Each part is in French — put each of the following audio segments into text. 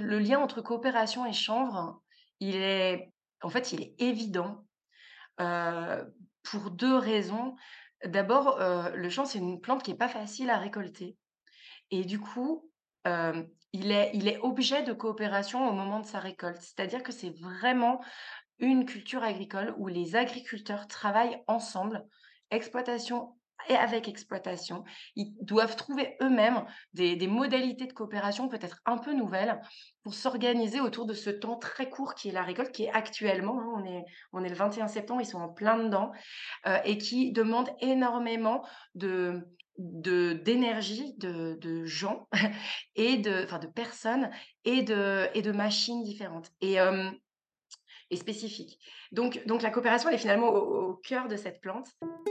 le lien entre coopération et chanvre, il est il est évident, pour 2 raisons. D'abord, le chanvre, c'est une plante qui est pas facile à récolter et du coup, il est objet de coopération au moment de sa récolte. C'est-à-dire que c'est vraiment une culture agricole où les agriculteurs travaillent ensemble, exploitation et avec exploitation. Ils doivent trouver eux-mêmes des modalités de coopération peut-être un peu nouvelles pour s'organiser autour de ce temps très court qui est la récolte, qui est actuellement, hein, on est le 21 septembre, ils sont en plein dedans, et qui demande énormément de d'énergie, de gens de personnes et de machines différentes et spécifiques. Donc la coopération, elle est finalement au cœur de cette plante.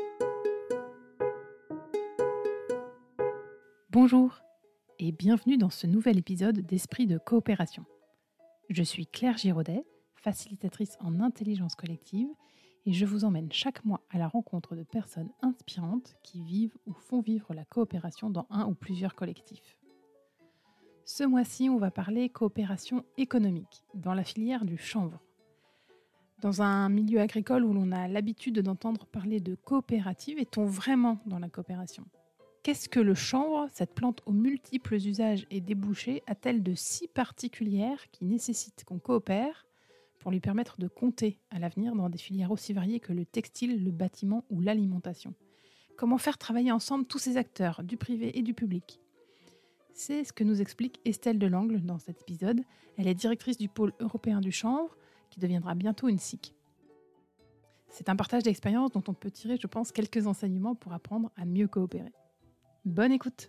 Bonjour et bienvenue dans ce nouvel épisode d'Esprit de coopération. Je suis Claire Giraudet, facilitatrice en intelligence collective et je vous emmène chaque mois à la rencontre de personnes inspirantes qui vivent ou font vivre la coopération dans un ou plusieurs collectifs. Ce mois-ci, on va parler coopération économique dans la filière du chanvre. Dans un milieu agricole où l'on a l'habitude d'entendre parler de coopérative, est-on vraiment dans la coopération ? Qu'est-ce que le chanvre, cette plante aux multiples usages et débouchés, a-t-elle de si particulière qui nécessite qu'on coopère pour lui permettre de compter à l'avenir dans des filières aussi variées que le textile, le bâtiment ou l'alimentation ? Comment faire travailler ensemble tous ces acteurs, du privé et du public ? C'est ce que nous explique Estelle Delangle dans cet épisode. Elle est directrice du pôle européen du chanvre, qui deviendra bientôt une SIC. C'est un partage d'expérience dont on peut tirer, je pense, quelques enseignements pour apprendre à mieux coopérer. Bonne écoute.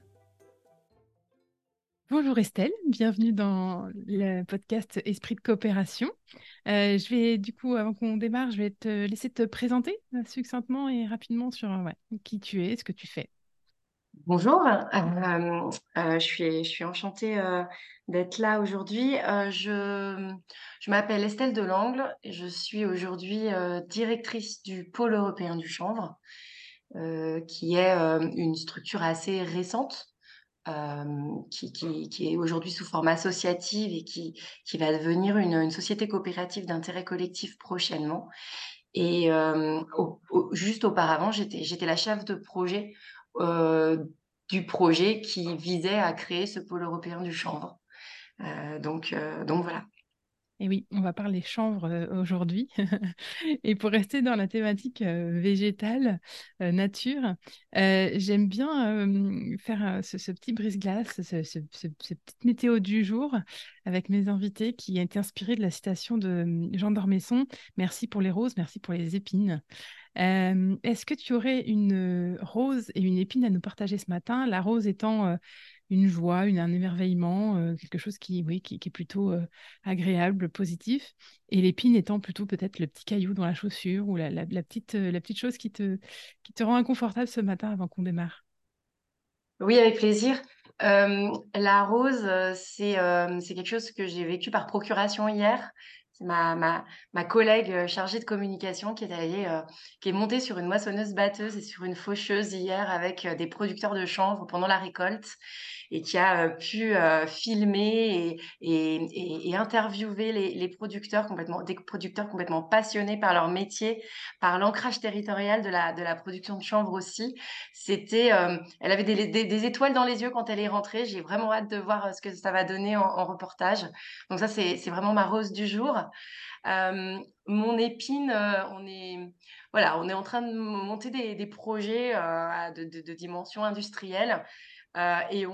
Bonjour Estelle, bienvenue dans le podcast Esprit de coopération. Je vais du coup, avant qu'on démarre, je vais te laisser te présenter succinctement et rapidement sur qui tu es, ce que tu fais. Bonjour, je suis enchantée, d'être là aujourd'hui. Je m'appelle Estelle Delangle et je suis aujourd'hui, directrice du pôle européen du chanvre, qui est, une structure assez récente, qui est aujourd'hui sous forme associative et qui va devenir une société coopérative d'intérêt collectif prochainement. Et juste auparavant, j'étais la chef de projet, du projet qui visait à créer ce pôle européen du chanvre. Donc voilà. Et oui, on va parler chanvre aujourd'hui. Et pour rester dans la thématique végétale, nature, j'aime bien faire ce petit brise-glace, ce petite météo du jour avec mes invités qui a été inspiré de la citation de Jean d'Ormesson. Merci pour les roses, merci pour les épines. Est-ce que tu aurais une rose et une épine à nous partager ce matin? La rose étant une joie, un émerveillement, quelque chose qui est plutôt agréable, positif, et l'épine étant plutôt peut-être le petit caillou dans la chaussure ou la petite chose qui te rend inconfortable ce matin avant qu'on démarre. Oui, avec plaisir. La rose, c'est quelque chose que j'ai vécu par procuration hier. C'est ma collègue, chargée de communication qui est montée sur une moissonneuse-batteuse et sur une faucheuse hier avec, des producteurs de chanvre pendant la récolte et qui a, pu, filmer et interviewer les producteurs des producteurs complètement passionnés par leur métier, par l'ancrage territorial de la production de chanvre aussi. Elle avait des étoiles dans les yeux quand elle est rentrée. J'ai vraiment hâte de voir, ce que ça va donner en reportage. Donc ça, c'est vraiment ma rose du jour. Mon épine, on est en train de monter des projets, de dimension industrielle, et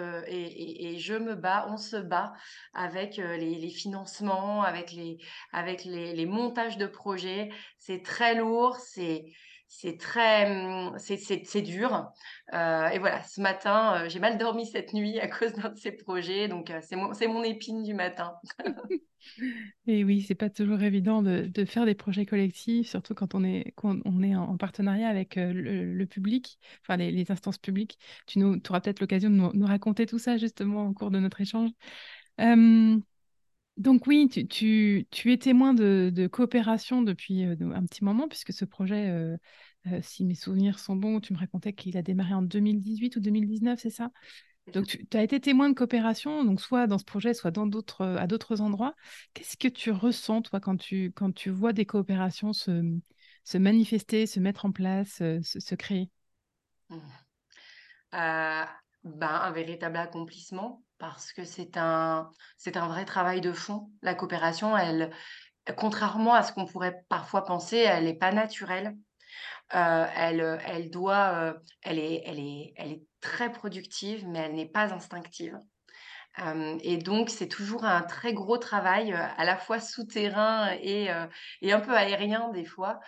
on se bat avec, les financements, avec les montages de projets. C'est très lourd, c'est très, c'est dur. Et voilà, ce matin, j'ai mal dormi cette nuit à cause d'un de ces projets, donc c'est mon épine du matin. Et oui, c'est pas toujours évident de faire des projets collectifs, surtout quand on est en partenariat avec le public, enfin les instances publiques. Tu auras peut-être l'occasion de nous raconter tout ça justement au cours de notre échange. Euh, donc oui, tu es témoin de coopération depuis un petit moment, puisque ce projet, si mes souvenirs sont bons, tu me racontais qu'il a démarré en 2018 ou 2019, c'est ça? Donc, tu as été témoin de coopération, donc soit dans ce projet, soit à d'autres endroits. Qu'est-ce que tu ressens, toi, quand tu vois des coopérations se manifester, se mettre en place, se créer? Mmh. Ben, un véritable accomplissement parce que c'est un vrai travail de fond. La coopération, elle, contrairement à ce qu'on pourrait parfois penser, elle n'est pas naturelle. Elle doit, elle est très productive, mais elle n'est pas instinctive. Et donc c'est toujours un très gros travail, à la fois souterrain et un peu aérien des fois,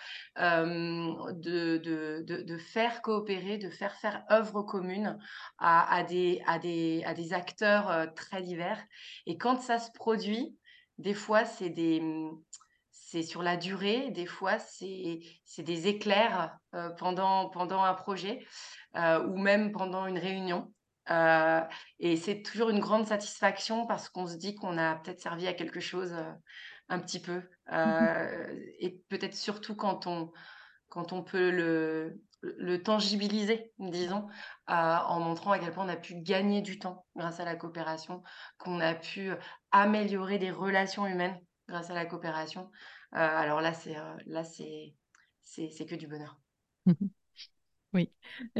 de faire coopérer, de faire œuvre commune à des acteurs, très divers. Et quand ça se produit, des fois c'est sur la durée, des fois c'est des éclairs, pendant un projet, ou même pendant une réunion. Heu et c'est toujours une grande satisfaction parce qu'on se dit qu'on a peut-être servi à quelque chose, un petit peu, et peut-être surtout quand on peut le tangibiliser, disons, en montrant à quel point on a pu gagner du temps grâce à la coopération, qu'on a pu améliorer des relations humaines grâce à la coopération. Alors là, c'est que du bonheur. Oui,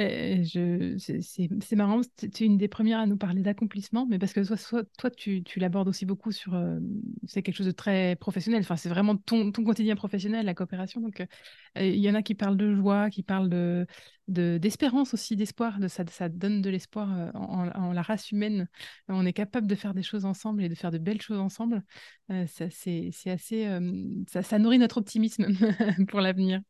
c'est marrant, tu es une des premières à nous parler d'accomplissement, mais parce que toi tu l'abordes aussi beaucoup sur, c'est quelque chose de très professionnel, enfin, c'est vraiment ton quotidien professionnel, la coopération. Donc, il y en a qui parlent de joie, qui parlent d'espérance aussi, d'espoir, ça donne de l'espoir en la race humaine. On est capable de faire des choses ensemble et de faire de belles choses ensemble. C'est assez, ça nourrit notre optimisme pour l'avenir.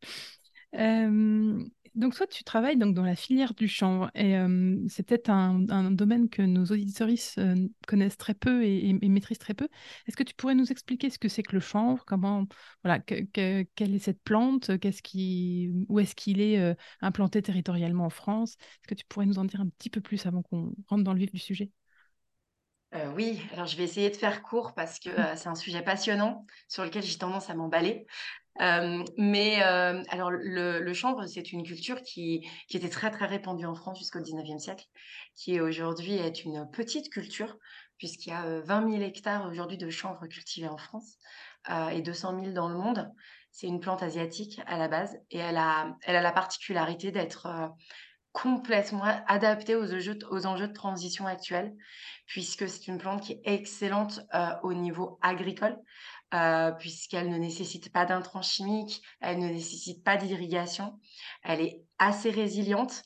Euh, donc, toi, tu travailles donc dans la filière du chanvre et c'est peut-être un domaine que nos auditeuristes connaissent très peu et maîtrisent très peu. Est-ce que tu pourrais nous expliquer ce que c'est que le chanvre? Comment, voilà, quelle est cette plante? Où est-ce qu'il est implanté territorialement en France? Est-ce que tu pourrais nous en dire un petit peu plus avant qu'on rentre dans le vif du sujet? Oui, alors je vais essayer de faire court parce que, c'est un sujet passionnant sur lequel j'ai tendance à m'emballer. Mais alors le chanvre, c'est une culture qui était très, très répandue en France jusqu'au 19e siècle, qui aujourd'hui est une petite culture puisqu'il y a, 20 000 hectares aujourd'hui de chanvre cultivés en France, et 200 000 dans le monde. C'est une plante asiatique à la base et elle a la particularité d'être, complètement adaptée aux enjeux de transition actuels, puisque c'est une plante qui est excellente, au niveau agricole, puisqu'elle ne nécessite pas d'intrants chimiques, elle ne nécessite pas d'irrigation. Elle est assez résiliente,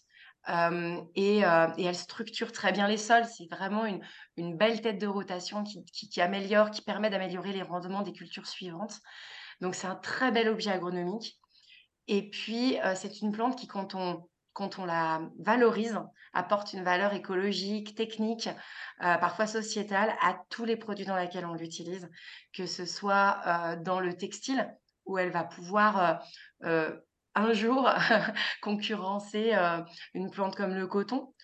et elle structure très bien les sols. C'est vraiment une belle tête de rotation qui permet d'améliorer les rendements des cultures suivantes. Donc c'est un très bel objet agronomique. Et puis, c'est une plante qui, quand on la valorise, apporte une valeur écologique, technique, parfois sociétale à tous les produits dans lesquels on l'utilise. Que ce soit, dans le textile où elle va pouvoir, un jour concurrencer, une plante comme le coton,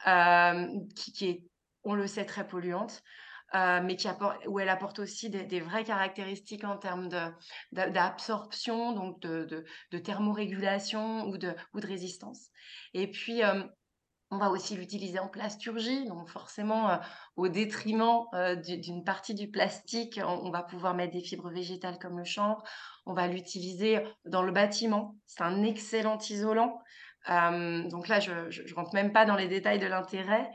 qui est, on le sait, très polluante, mais où elle apporte aussi des vraies caractéristiques en termes d'absorption, donc de thermorégulation ou de résistance. Et puis, on va aussi l'utiliser en plasturgie, donc forcément, au détriment, d'une partie du plastique, on va pouvoir mettre des fibres végétales comme le chanvre. On va l'utiliser dans le bâtiment. C'est un excellent isolant. Donc là, je rentre même pas dans les détails de l'intérêt.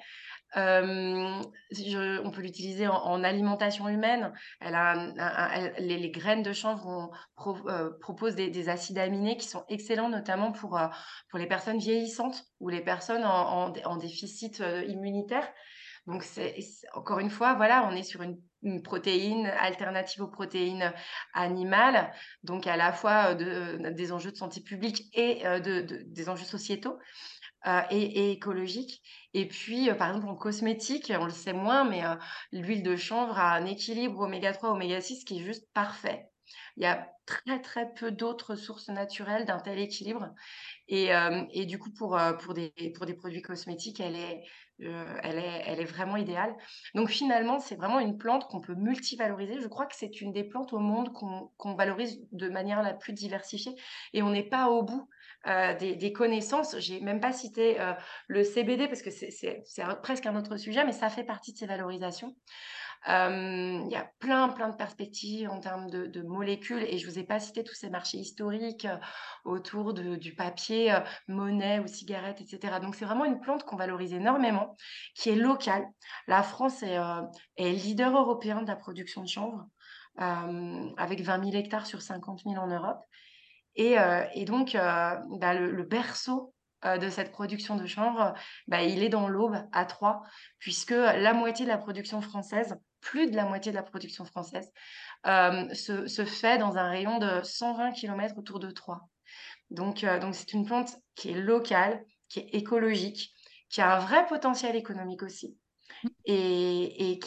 On peut l'utiliser en alimentation humaine. Elle a les graines de chanvre proposent des acides aminés qui sont excellents, notamment pour les personnes vieillissantes ou les personnes en déficit, immunitaire. Donc encore une fois, voilà, on est sur une protéine alternative aux protéines animales, donc à la fois, des enjeux de santé publique et des enjeux sociétaux, et écologique. Et puis, par exemple, en cosmétique, on le sait moins, mais l'huile de chanvre a un équilibre oméga 3, oméga 6 qui est juste parfait. Il y a très, très peu d'autres sources naturelles d'un tel équilibre. Et du coup, pour des produits cosmétiques, elle est vraiment idéale. Donc finalement, c'est vraiment une plante qu'on peut multivaloriser. Je crois que c'est une des plantes au monde qu'on valorise de manière la plus diversifiée et on n'est pas au bout. des connaissances. J'ai même pas cité, le CBD parce que presque un autre sujet, mais ça fait partie de ces valorisations. Il y a plein de perspectives en termes de molécules et je vous ai pas cité tous ces marchés historiques, autour du papier, monnaie ou cigarettes et cetera. Donc c'est vraiment une plante qu'on valorise énormément, qui est locale. La France est leader européen de la production de chanvre, avec 20 000 hectares sur 50 000 en Europe et donc bah, le berceau, de cette production de chanvre, bah, il est dans l'Aube, à Troyes, puisque la moitié de la production française, plus de la moitié de la production française, se fait dans un rayon de 120 kilomètres autour de Troyes. Donc c'est une plante qui est locale, qui est écologique, qui a un vrai potentiel économique aussi et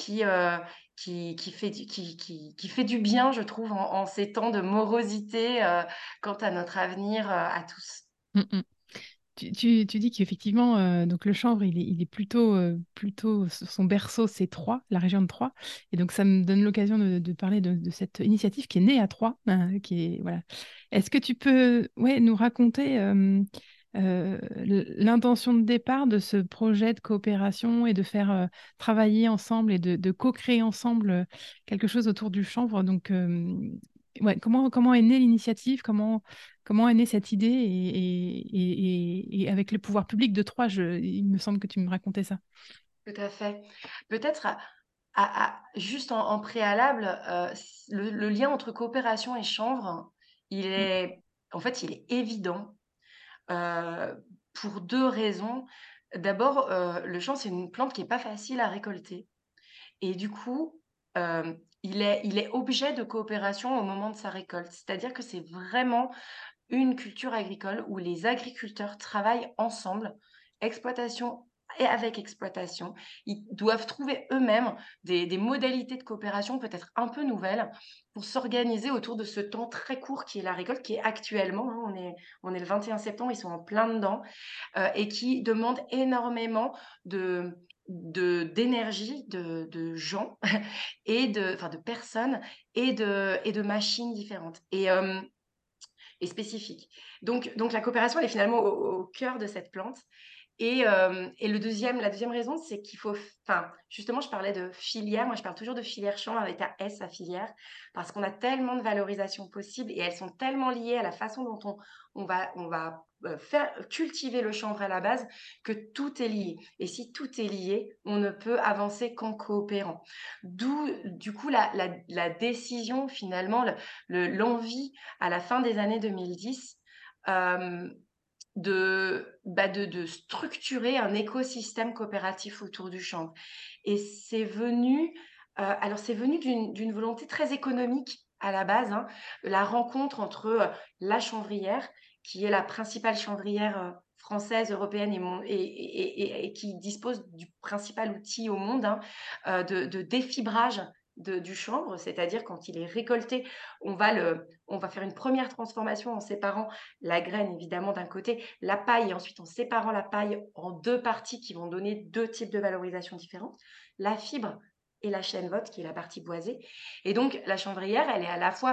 qui fait du bien, je trouve, en ces temps de morosité, quant à notre avenir, à tous. Mm, mm. Tu dis qu'effectivement, donc le chanvre, il est plutôt son berceau, c'est Troyes, la région de Troyes. Et donc, ça me donne l'occasion de parler de cette initiative qui est née à Troyes, voilà. Est-ce que tu peux, ouais, nous raconter l'intention de départ de ce projet de coopération et de faire travailler ensemble et de co-créer ensemble quelque chose autour du chanvre? Donc, ouais, comment est née l'initiative? Comment est née cette idée et avec le pouvoir public de Troyes, il me semble que tu me racontais ça. Tout à fait. Peut-être juste en préalable, le lien entre coopération et chanvre, il Mm, est en fait, il est évident, pour 2 raisons. D'abord, le chanvre, c'est une plante qui est pas facile à récolter. Et du coup, il est objet de coopération au moment de sa récolte. C'est-à-dire que c'est vraiment une culture agricole où les agriculteurs travaillent ensemble, exploitation et avec exploitation. Ils doivent trouver eux-mêmes des modalités de coopération peut-être un peu nouvelles pour s'organiser autour de ce temps très court qui est la récolte, qui est actuellement, hein, on est le 21 septembre, ils sont en plein dedans, et qui demande énormément de d'énergie de gens enfin de personnes et de machines différentes et spécifiques. Donc la coopération, elle est finalement au cœur de cette plante et la deuxième raison, c'est qu'il faut enfin, justement, je parlais de filière. Moi, je parle toujours de filière chanvre avec un S à filière, parce qu'on a tellement de valorisations possibles et elles sont tellement liées à la façon dont on va faire cultiver le chanvre à la base, que tout est lié et si tout est lié, on ne peut avancer qu'en coopérant. D'où, du coup, la décision finalement, l'envie à la fin des années 2010, hem de structurer un écosystème coopératif autour du chanvre et c'est venu d'une volonté très économique à la base, hein. La rencontre entre, la chanvrière, qui est la principale chanvrière, française, européenne et qui dispose du principal outil au monde, hein, de défibrage du chanvre. C'est-à-dire quand il est récolté, on va faire une première transformation en séparant la graine évidemment d'un côté, la paille et ensuite en séparant la paille en 2 parties qui vont donner 2 types de valorisation différentes, la fibre et la chènevotte qui est la partie boisée et donc la chanvrière, elle est à la fois,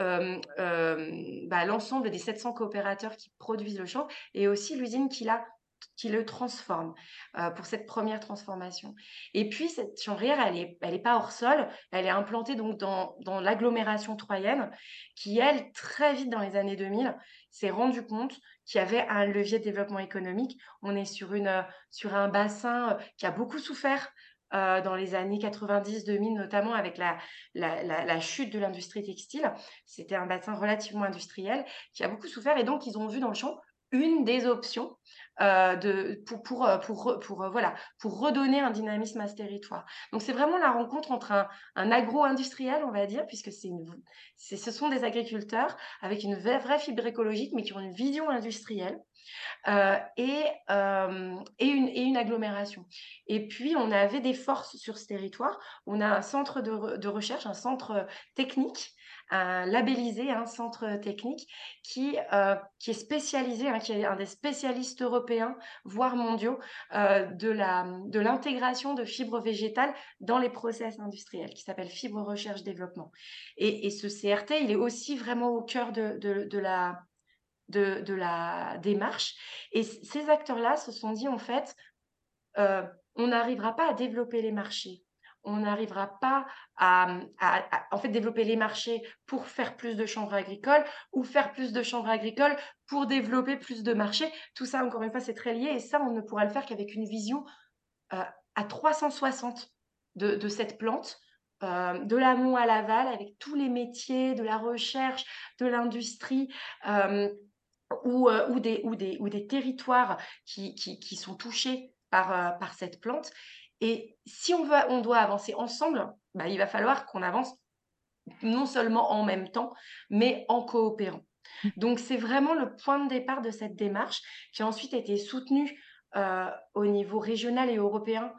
bah, l'ensemble des 700 coopérateurs qui produisent le chanvre et aussi l'usine qui le transforme, pour cette première transformation et puis cette chanvrière, elle est pas hors sol, elle est implantée donc dans l'agglomération troyenne qui elle, très vite dans les années 2000, s'est rendu compte qu'il y avait un levier de développement économique. On est sur un bassin, qui a beaucoup souffert, dans les années 90-2000, notamment avec la chute de l'industrie textile. C'était un bassin relativement industriel qui a beaucoup souffert et donc ils ont vu dans le champ une des options, voilà, pour redonner un dynamisme à ce territoire. Donc c'est vraiment la rencontre entre un agro-industriel, on va dire, puisque ce sont des agriculteurs avec une vraie fibre écologique, mais qui ont une vision industrielle et une agglomération. Et puis, on avait des forces sur ce territoire. On a un centre de recherche, un centre technique, un labellisé, un centre technique qui est spécialisé, hein, qui est un des spécialistes européens, voire mondiaux, de l'intégration de fibres végétales dans les process industriels, qui s'appelle Fibre Recherche Développement. Et ce CRT, il est aussi vraiment au cœur de la démarche et ces acteurs-là se sont dit, en fait: on n'arrivera pas à développer les marchés. On n'arrivera pas à en fait, développer les marchés pour faire plus de chambres agricoles ou faire plus de chambres agricoles pour développer plus de marchés. Tout ça, encore une fois, c'est très lié et ça, on ne pourra le faire qu'avec une vision, à 360 de cette plante, de l'amont à l'aval, avec tous les métiers, de la recherche, de l'industrie, hem ou des territoires qui sont touchés par cette plante et si on doit avancer ensemble, bah, il va falloir qu'on avance non seulement en même temps, mais en coopérant. Mmh. Donc c'est vraiment le point de départ de cette démarche qui a ensuite été soutenue, au niveau régional et européen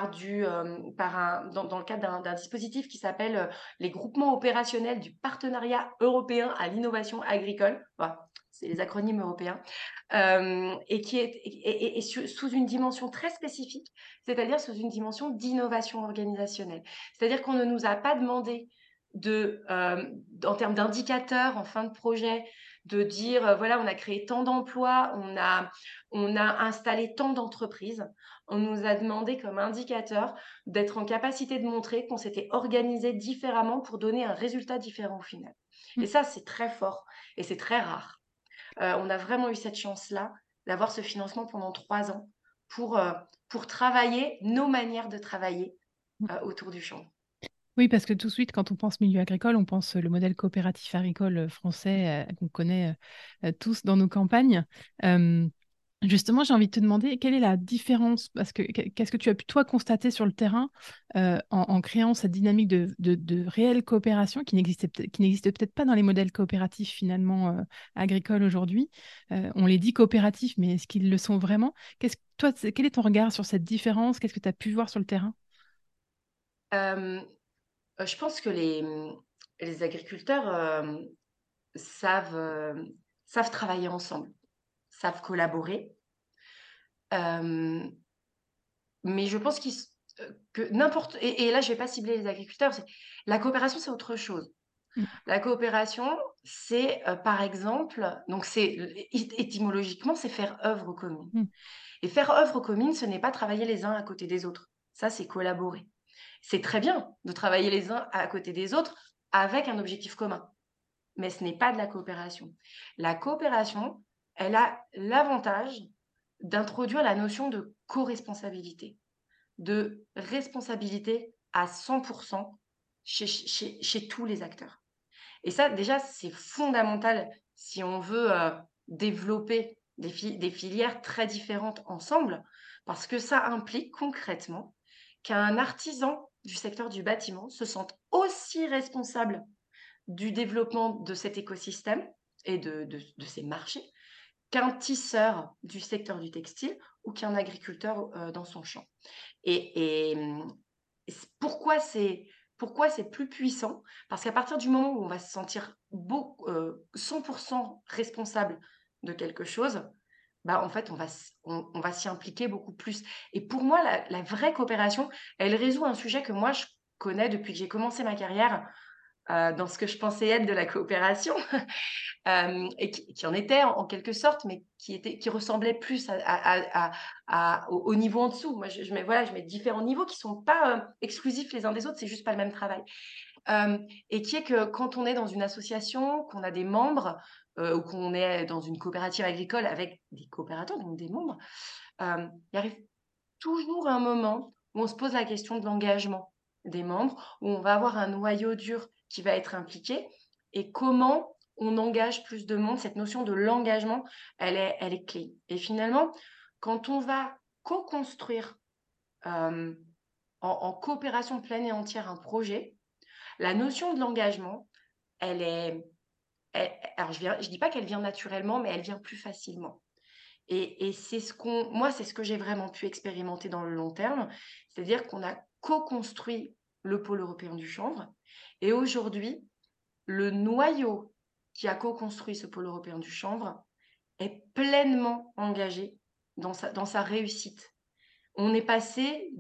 par un dans le cadre d'un dispositif qui s'appelle, les groupements opérationnels du partenariat européen à l'innovation agricole. Voilà, c'est les acronymes européens, et qui est et sous une dimension très spécifique, c'est-à-dire sous une dimension d'innovation organisationnelle. C'est-à-dire qu'on ne nous a pas demandé en termes d'indicateurs en fin de projet, de dire, voilà, on a créé tant d'emplois, on a installé tant d'entreprises. On nous a demandé comme indicateur d'être en capacité de montrer qu'on s'était organisé différemment pour donner un résultat différent au final. Mmh. Et ça, c'est très fort et c'est très rare. On a vraiment eu cette chance-là d'avoir ce financement pendant 3 ans pour travailler nos manières de travailler, Mmh. autour du champ. Oui, parce que tout de suite, quand on pense milieu agricole, on pense le modèle coopératif agricole français qu'on connaît tous dans nos campagnes. Euh, Justement, j'ai envie de te demander quelle est la différence, parce que qu'est-ce que tu as pu toi constater sur le terrain en créant cette dynamique de réelle coopération qui n'existait peut-être pas dans les modèles coopératifs finalement agricoles aujourd'hui. On les dit coopératifs, mais est-ce qu'ils le sont vraiment? Quel est ton regard sur cette différence? Qu'est-ce que tu as pu voir sur le terrain? Hem je pense que les agriculteurs, savent travailler ensemble, savent collaborer, hem, mais je pense que n'importe et là, je vais pas cibler les agriculteurs, c'est la coopération, c'est autre chose. Mm, La coopération, c'est, par exemple donc c'est étymologiquement, c'est faire œuvre commune mm, et faire œuvre commune, ce n'est pas travailler les uns à côté des autres. Ça, c'est collaborer. C'est très bien de travailler les uns à côté des autres avec un objectif commun. Mais ce n'est pas de la coopération. La coopération, elle a l'avantage d'introduire la notion de co-responsabilité, de responsabilité à 100 chez tous les acteurs. Et ça, déjà, c'est fondamental si on veut, développer des filières très différentes ensemble, parce que ça implique concrètement qu'un artisan du secteur du bâtiment se sente aussi responsable du développement de cet écosystème et de ces marchés, qu'un tisseur du secteur du textile ou qu'un agriculteur, dans son champ. Et pourquoi c'est plus puissant? Parce qu'à partir du moment où on va se sentir 100 responsable de quelque chose, bah, en fait, on va s'y impliquer beaucoup plus. Et pour moi, la vraie coopération, elle résout un sujet que moi je connais depuis que j'ai commencé ma carrière, dans ce que je pensais être de la coopération, et qui en était en quelque sorte, mais qui ressemblait plus au niveau en dessous. Moi, je mets différents niveaux qui sont pas, exclusifs les uns des autres, c'est juste pas le même travail. Et qui est que quand on est dans une association, qu'on a des membres, ou qu'on est dans une coopérative agricole avec des coopérateurs, donc des membres, il arrive toujours un moment où on se pose la question de l'engagement des membres, où on va avoir un noyau dur qui va être impliqué et comment on engage plus de monde. Cette notion de l'engagement, elle est clé et finalement, quand on va co-construire, hem, en coopération pleine et entière un projet, la notion de l'engagement, elle est alors je dis pas qu'elle vient naturellement, mais elle vient plus facilement. Et c'est ce que j'ai vraiment pu expérimenter dans le long terme. C'est-à-dire qu'on a co-construit le pôle européen du chanvre et aujourd'hui, le noyau qui a co-construit ce pôle européen du chanvre est pleinement engagé dans sa réussite. On est passé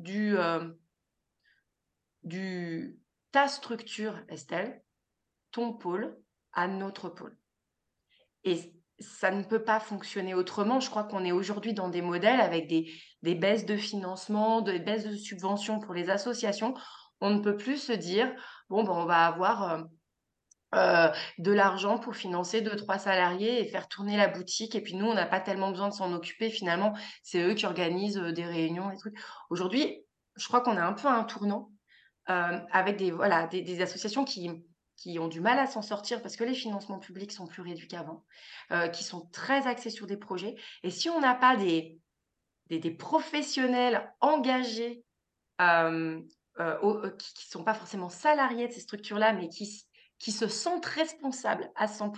du ta structure, Estelle, ton pôle, à notre pôle. Et ça ne peut pas fonctionner autrement. Je crois qu'on est aujourd'hui dans des modèles avec des baisses de financement, des baisses de subventions pour les associations. On ne peut plus se dire: «Bon, ben, on va avoir, de l'argent pour financer deux trois salariés et faire tourner la boutique et puis nous, on n'a pas tellement besoin de s'en occuper. Finalement, c'est eux qui organisent, des réunions, des trucs». Aujourd'hui, je crois qu'on est un peu à un tournant, avec des associations qui ont du mal à s'en sortir parce que les financements publics sont plus réduits qu'avant, qui sont très axés sur des projets et si on n'a pas des professionnels engagés, hem, qui sont pas forcément salariés de ces structures-là, mais qui se sentent responsables à 100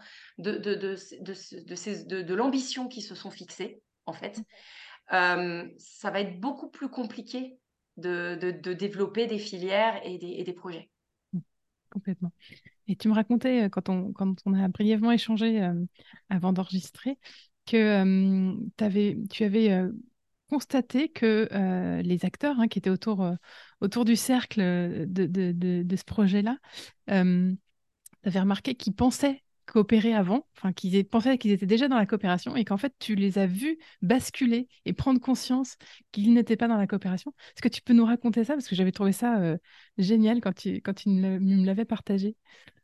de l'ambition qu'ils se sont fixées, en fait, ça va être beaucoup plus compliqué de développer des filières et des projets. Mmh, complètement. Et tu me racontais, quand on a brièvement échangé avant d'enregistrer, que tu avais constaté que les acteurs qui étaient autour du cercle de ce projet-là, tu avais remarqué qu'ils pensaient coopérer avant, enfin pensaient qu'ils étaient déjà dans la coopération et qu'en fait, tu les as vus basculer et prendre conscience qu'ils n'étaient pas dans la coopération. Est-ce que tu peux nous raconter ça? Parce que j'avais trouvé ça génial quand tu me l'avais partagé.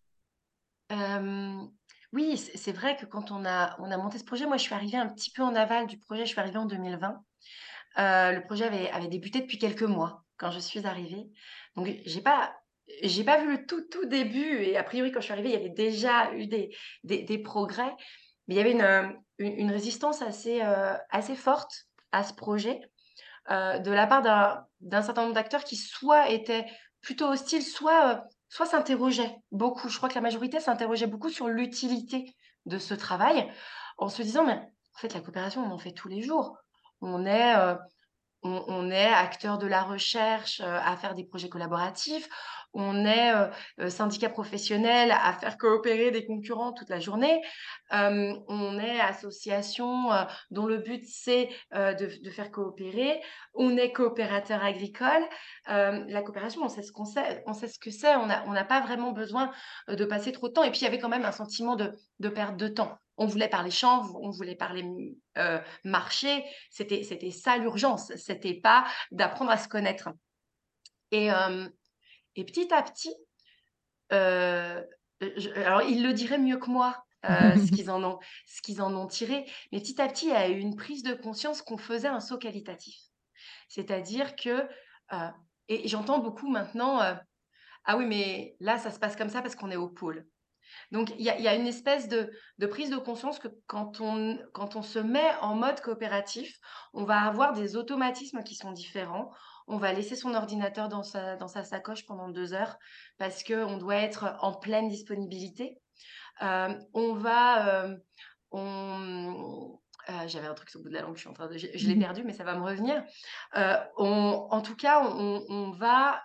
Hem, oui, c'est vrai que quand on a monté ce projet, moi, je suis arrivée un petit peu en aval du projet, je suis arrivée en 2020. Le projet avait débuté depuis quelques mois quand je suis arrivée. Donc j'ai pas vu le tout début et a priori, quand je suis arrivée, il y avait déjà eu des progrès. Mais il y avait une résistance assez forte à ce projet, de la part d'un certain nombre d'acteurs qui soit étaient plutôt hostiles, soit s'interrogeaient beaucoup. Je crois que la majorité s'interrogeait beaucoup sur l'utilité de ce travail, en se disant: «Mais en fait, la coopération, on en fait tous les jours. On est, on est acteur de la recherche, à faire des projets collaboratifs. On est, syndicat professionnel à faire coopérer des concurrents toute la journée. On est association, dont le but c'est, de faire coopérer. On est coopérateur agricole. La coopération, on sait ce qu'on sait, on sait ce que c'est. On n'a pas vraiment besoin, de passer trop de temps et puis il y avait quand même un sentiment de perte de temps. On voulait parler champs, on voulait parler, marché, c'était ça l'urgence, c'était pas d'apprendre à se connaître et hem et petit à petit, heu, alors ils le diraient mieux que moi, ce qu'ils en ont tiré, mais petit à petit, il y a eu une prise de conscience qu'on faisait un saut qualitatif. C'est-à-dire que, et j'entends beaucoup maintenant, «Ah oui, mais là, ça se passe comme ça parce qu'on est au pôle». Donc il y a une espèce de prise de conscience que quand on se met en mode coopératif, on va avoir des automatismes qui sont différents. On va laisser son ordinateur dans sa sacoche pendant 2 heures parce qu'on doit être en pleine disponibilité. On va, j'avais un truc sur le bout de la langue, je l'ai perdu, mais ça va me revenir. En tout cas, on va,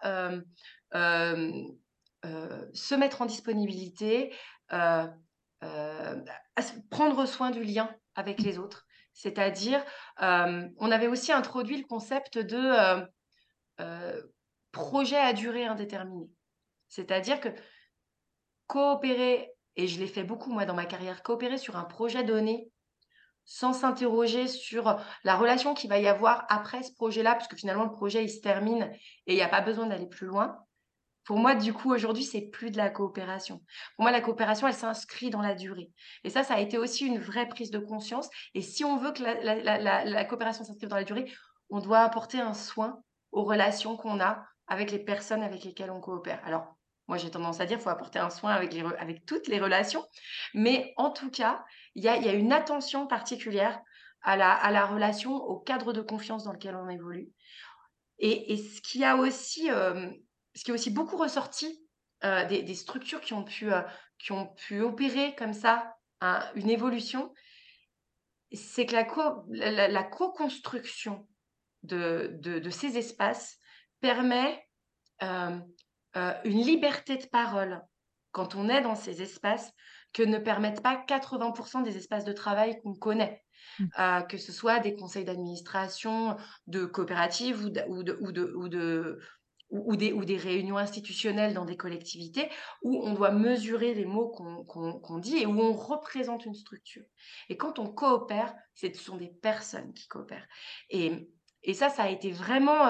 se mettre en disponibilité, heu à se prendre soin du lien avec les autres. C'est-à-dire, on avait aussi introduit le concept de, projet à durée indéterminée. C'est-à-dire que coopérer et je l'ai fait beaucoup moi dans ma carrière, coopérer sur un projet donné, sans s'interroger sur la relation qu'il va y avoir après ce projet-là, puisque finalement le projet il se termine et il y a pas besoin d'aller plus loin. Pour moi, du coup, aujourd'hui, c'est plus de la coopération. Pour moi, la coopération, elle s'inscrit dans la durée et ça a été aussi une vraie prise de conscience et si on veut que la coopération s'inscrive dans la durée, on doit apporter un soin aux relations qu'on a avec les personnes avec lesquelles on coopère. Alors, moi, j'ai tendance à dire, qu'il faut apporter un soin avec toutes les relations, mais en tout cas, il y a une attention particulière à la relation, au cadre de confiance dans lequel on évolue et ce qui est aussi beaucoup ressorti, des structures qui ont pu opérer comme ça une évolution, c'est que la co-construction de ces espaces permet, hem, une liberté de parole quand on est dans ces espaces que ne permettent pas 80 des espaces de travail qu'on connaît. Que ce soit des conseils d'administration, de coopératives ou ou des réunions institutionnelles dans des collectivités où on doit mesurer les mots qu'on dit et où on représente une structure. Et quand on coopère, ce sont des personnes qui coopèrent. Et, et ça a été vraiment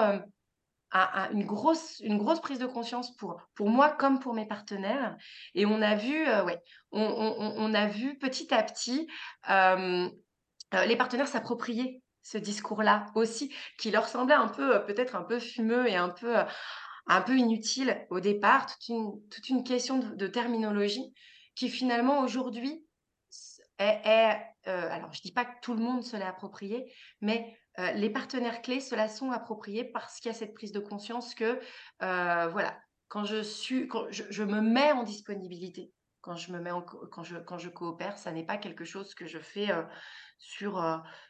une grosse prise de conscience pour moi comme pour mes partenaires. Et on a vu, ouais, on a vu petit à petit les partenaires s'approprier ce discours-là aussi, qui leur semblait un peu, peut-être un peu fumeux et un peu inutile au départ, toute une question de terminologie qui finalement aujourd'hui alors je dis pas que tout le monde se l'est approprié, mais les partenaires clés se la sont appropriés parce qu'il y a cette prise de conscience que, voilà, quand je me mets en disponibilité, quand je coopère, ça n'est pas quelque chose que je fais, sur,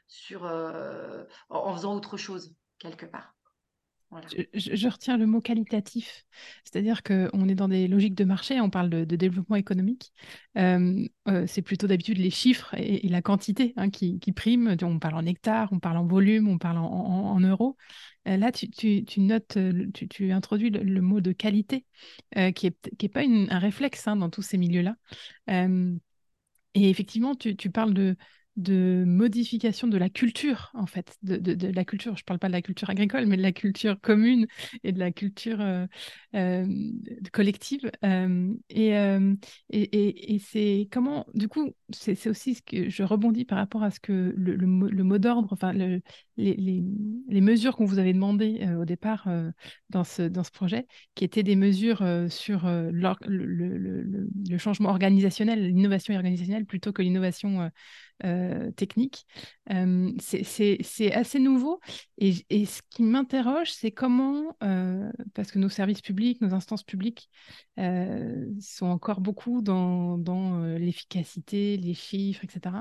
en faisant autre chose quelque part. Voilà. Je retiens le mot qualitatif, c'est-à-dire qu'on est dans des logiques de marché, on parle de développement économique. C'est plutôt d'habitude les chiffres et la quantité hein, qui priment. On parle en hectares, on parle en volume, on parle en euros. Là, tu notes, tu introduis le mot de qualité, qui est pas un réflexe hein, dans tous ces milieux-là. Euh, et effectivement, tu parles de modification de la culture, en fait, de la culture. Je ne parle pas de la culture agricole, mais de la culture commune et de la culture collective. Et c'est comment, du coup, c'est aussi ce que je rebondis par rapport à ce que le mot d'ordre, enfin, les mesures qu'on vous avait demandées au départ dans ce projet, qui étaient des mesures sur le changement organisationnel, l'innovation organisationnelle plutôt que l'innovation technique. C'est assez nouveau. Et ce qui m'interroge, c'est comment, parce que nos services publics, nos instances publiques sont encore beaucoup dans l'efficacité, les chiffres, etc.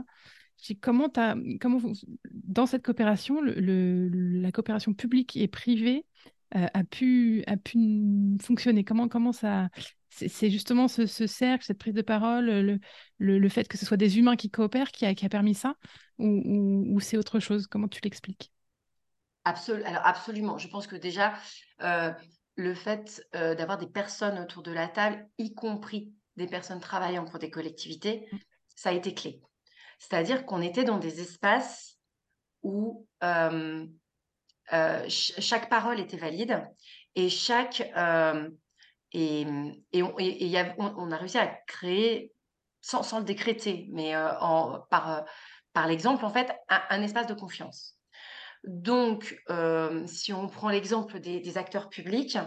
Dans cette coopération, la coopération publique et privée a pu fonctionner? Comment ça... C'est justement ce cercle, cette prise de parole, le fait que ce soit des humains qui coopèrent qui a permis ça? Ou c'est autre chose? Comment tu l'expliques? Alors absolument. Je pense que déjà, heu, le fait, d'avoir des personnes autour de la table, y compris des personnes travaillant pour des collectivités, ça a été clé. C'est-à-dire qu'on était dans des espaces où, chaque parole était valide et et il y av on a réussi à créer, sans le décréter, mais, par l'exemple en fait, un espace de confiance. Donc, si on prend l'exemple des acteurs publics,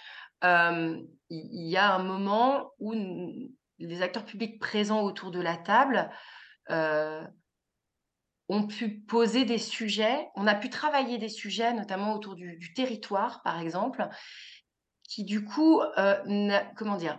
il y a un moment où les acteurs publics présents autour de la table, heu, ont pu poser des sujets, on a pu travailler des sujets, notamment autour du territoire, par exemple, qui du coup, n'a comment dire?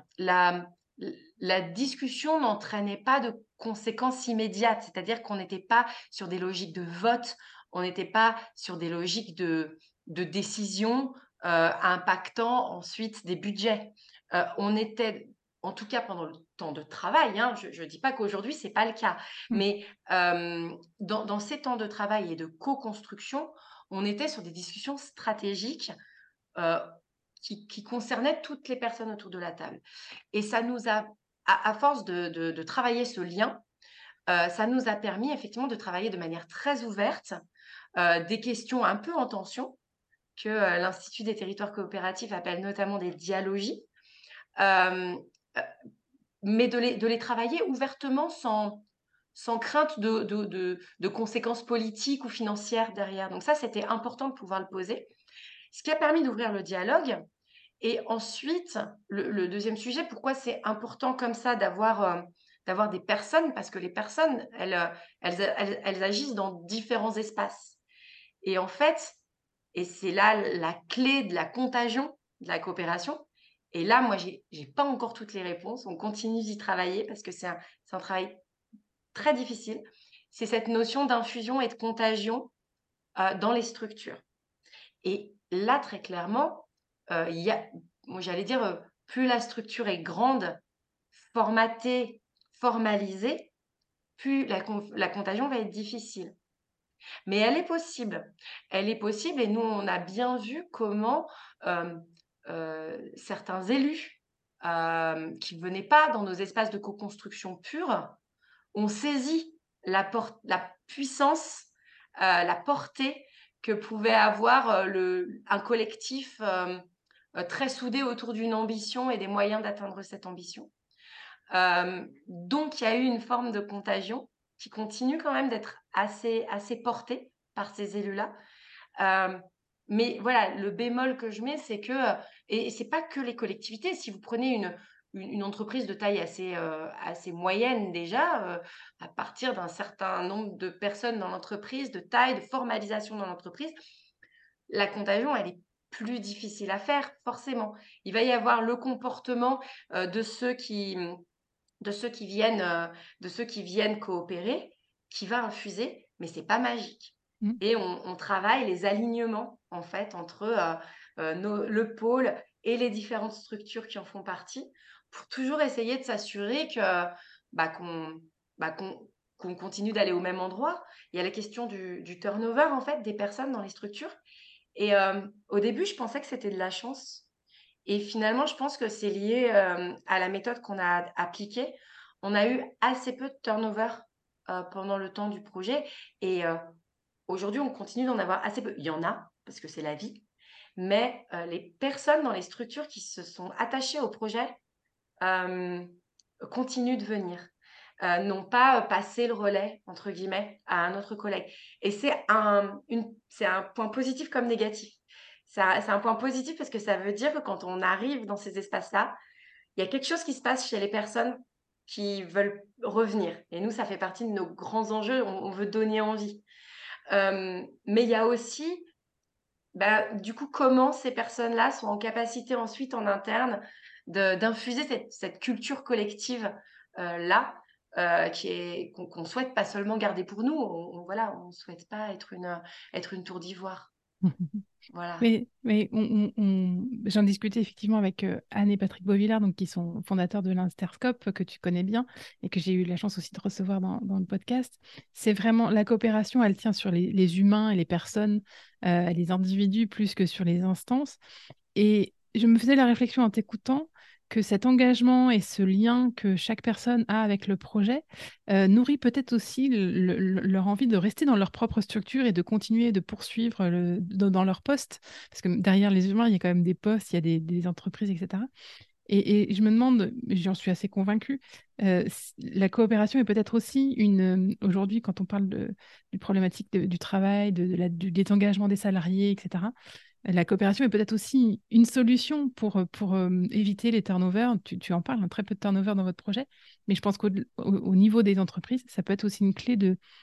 La discussion n'entraînait pas de conséquences immédiates. C'est-à-dire qu'on n'était pas sur des logiques de vote, on n'était pas sur des logiques de décision, impactant ensuite des budgets. On était, en tout cas pendant le temps de travail, hein, je dis pas qu'aujourd'hui c'est pas le cas, Mm. mais dans ces temps de travail et de co-construction, on était sur des discussions stratégiques, heu, qui concernait toutes les personnes autour de la table. Et ça nous a, à force de travailler ce lien, ça nous a permis effectivement de travailler de manière très ouverte, des questions un peu en tension que, l'Institut des territoires coopératifs appelle notamment des dialogies, hem, heu, mais de les travailler ouvertement sans crainte de conséquences politiques ou financières derrière. Donc ça, c'était important de pouvoir le poser. Ce qui a permis d'ouvrir le dialogue. Et ensuite, le 2e sujet, pourquoi c'est important comme ça d'avoir des personnes? Parce que les personnes, elles agissent dans différents espaces. Et en fait, et c'est là la clé de la contagion de la coopération. Et là, moi, j'ai pas encore toutes les réponses. On continue d'y travailler parce que c'est un travail très difficile. C'est cette notion d'infusion et de contagion, dans les structures. Et là, très clairement, il y a, moi, j'allais dire, plus la structure est grande, formatée, formalisée, plus la contagion va être difficile. Mais elle est possible. Elle est possible et nous, on a bien vu comment, hem, certains élus qui ne venaient pas dans nos espaces de co-construction pure ont saisi la puissance, la portée que pouvait avoir, un collectif, très soudé autour d'une ambition et des moyens d'atteindre cette ambition. Donc il y a eu une forme de contagion qui continue quand même d'être assez portée par ces élus-là. Hem, mais voilà, le bémol que je mets, c'est que, et c'est pas que les collectivités. Si vous prenez une entreprise de taille assez moyenne déjà, à partir d'un certain nombre de personnes dans l'entreprise, de taille, de formalisation dans l'entreprise, la contagion, elle est plus difficile à faire, forcément. Il va y avoir le comportement, de ceux qui, de ceux qui viennent, de ceux qui viennent coopérer, qui va infuser, mais c'est pas magique. Mmh. Et on travaille les alignements, en fait, entre, le pôle et les différentes structures qui en font partie, pour toujours essayer de s'assurer que, bah, qu'on bah, qu'on qu'on continue d'aller au même endroit. Il y a la question du turnover, en fait, des personnes dans les structures. Et au début, je pensais que c'était de la chance, et finalement, je pense que c'est lié, à la méthode qu'on a appliquée. On a eu assez peu de turnover, pendant le temps du projet, et aujourd'hui, on continue d'en avoir assez peu. Il y en a, parce que c'est la vie, mais les personnes dans les structures qui se sont attachées au projet, hem, continuent de venir. N'ont pas, «passé le relais» entre guillemets à un autre collègue, et c'est un point positif comme négatif. C'est un point positif parce que ça veut dire que quand on arrive dans ces espaces-là, il y a quelque chose qui se passe chez les personnes qui veulent revenir, et nous, ça fait partie de nos grands enjeux, on veut donner envie. Mais il y a aussi, bah, du coup, comment ces personnes-là sont en capacité ensuite en interne d'infuser cette culture collective, là, qui est qu'on souhaite pas seulement garder pour nous. Voilà, on souhaite pas être une tour d'ivoire. Voilà. Mais j'en discutais effectivement avec Anne et Patrick Beauvillard, donc, qui sont fondateurs de l'Interscope, que tu connais bien et que j'ai eu la chance aussi de recevoir dans le podcast. C'est vraiment la coopération, elle tient sur les humains et les personnes, les individus, plus que sur les instances. Et je me faisais la réflexion en t'écoutant que cet engagement et ce lien que chaque personne a avec le projet nourrit peut-être aussi leur envie de rester dans leur propre structure et de continuer de poursuivre dans leur poste. Parce que derrière les humains, il y a quand même des postes, il y a des entreprises, etc. Et je me demande, j'en suis assez convaincue, la coopération est peut-être aussi aujourd'hui, quand on parle du problématique du travail, du désengagement des salariés, etc., la coopération est peut-être aussi une solution pour éviter les turnovers. Tu en parles, hein, très peu de turnover dans votre projet, mais je pense qu'au niveau des entreprises, ça peut être aussi une clé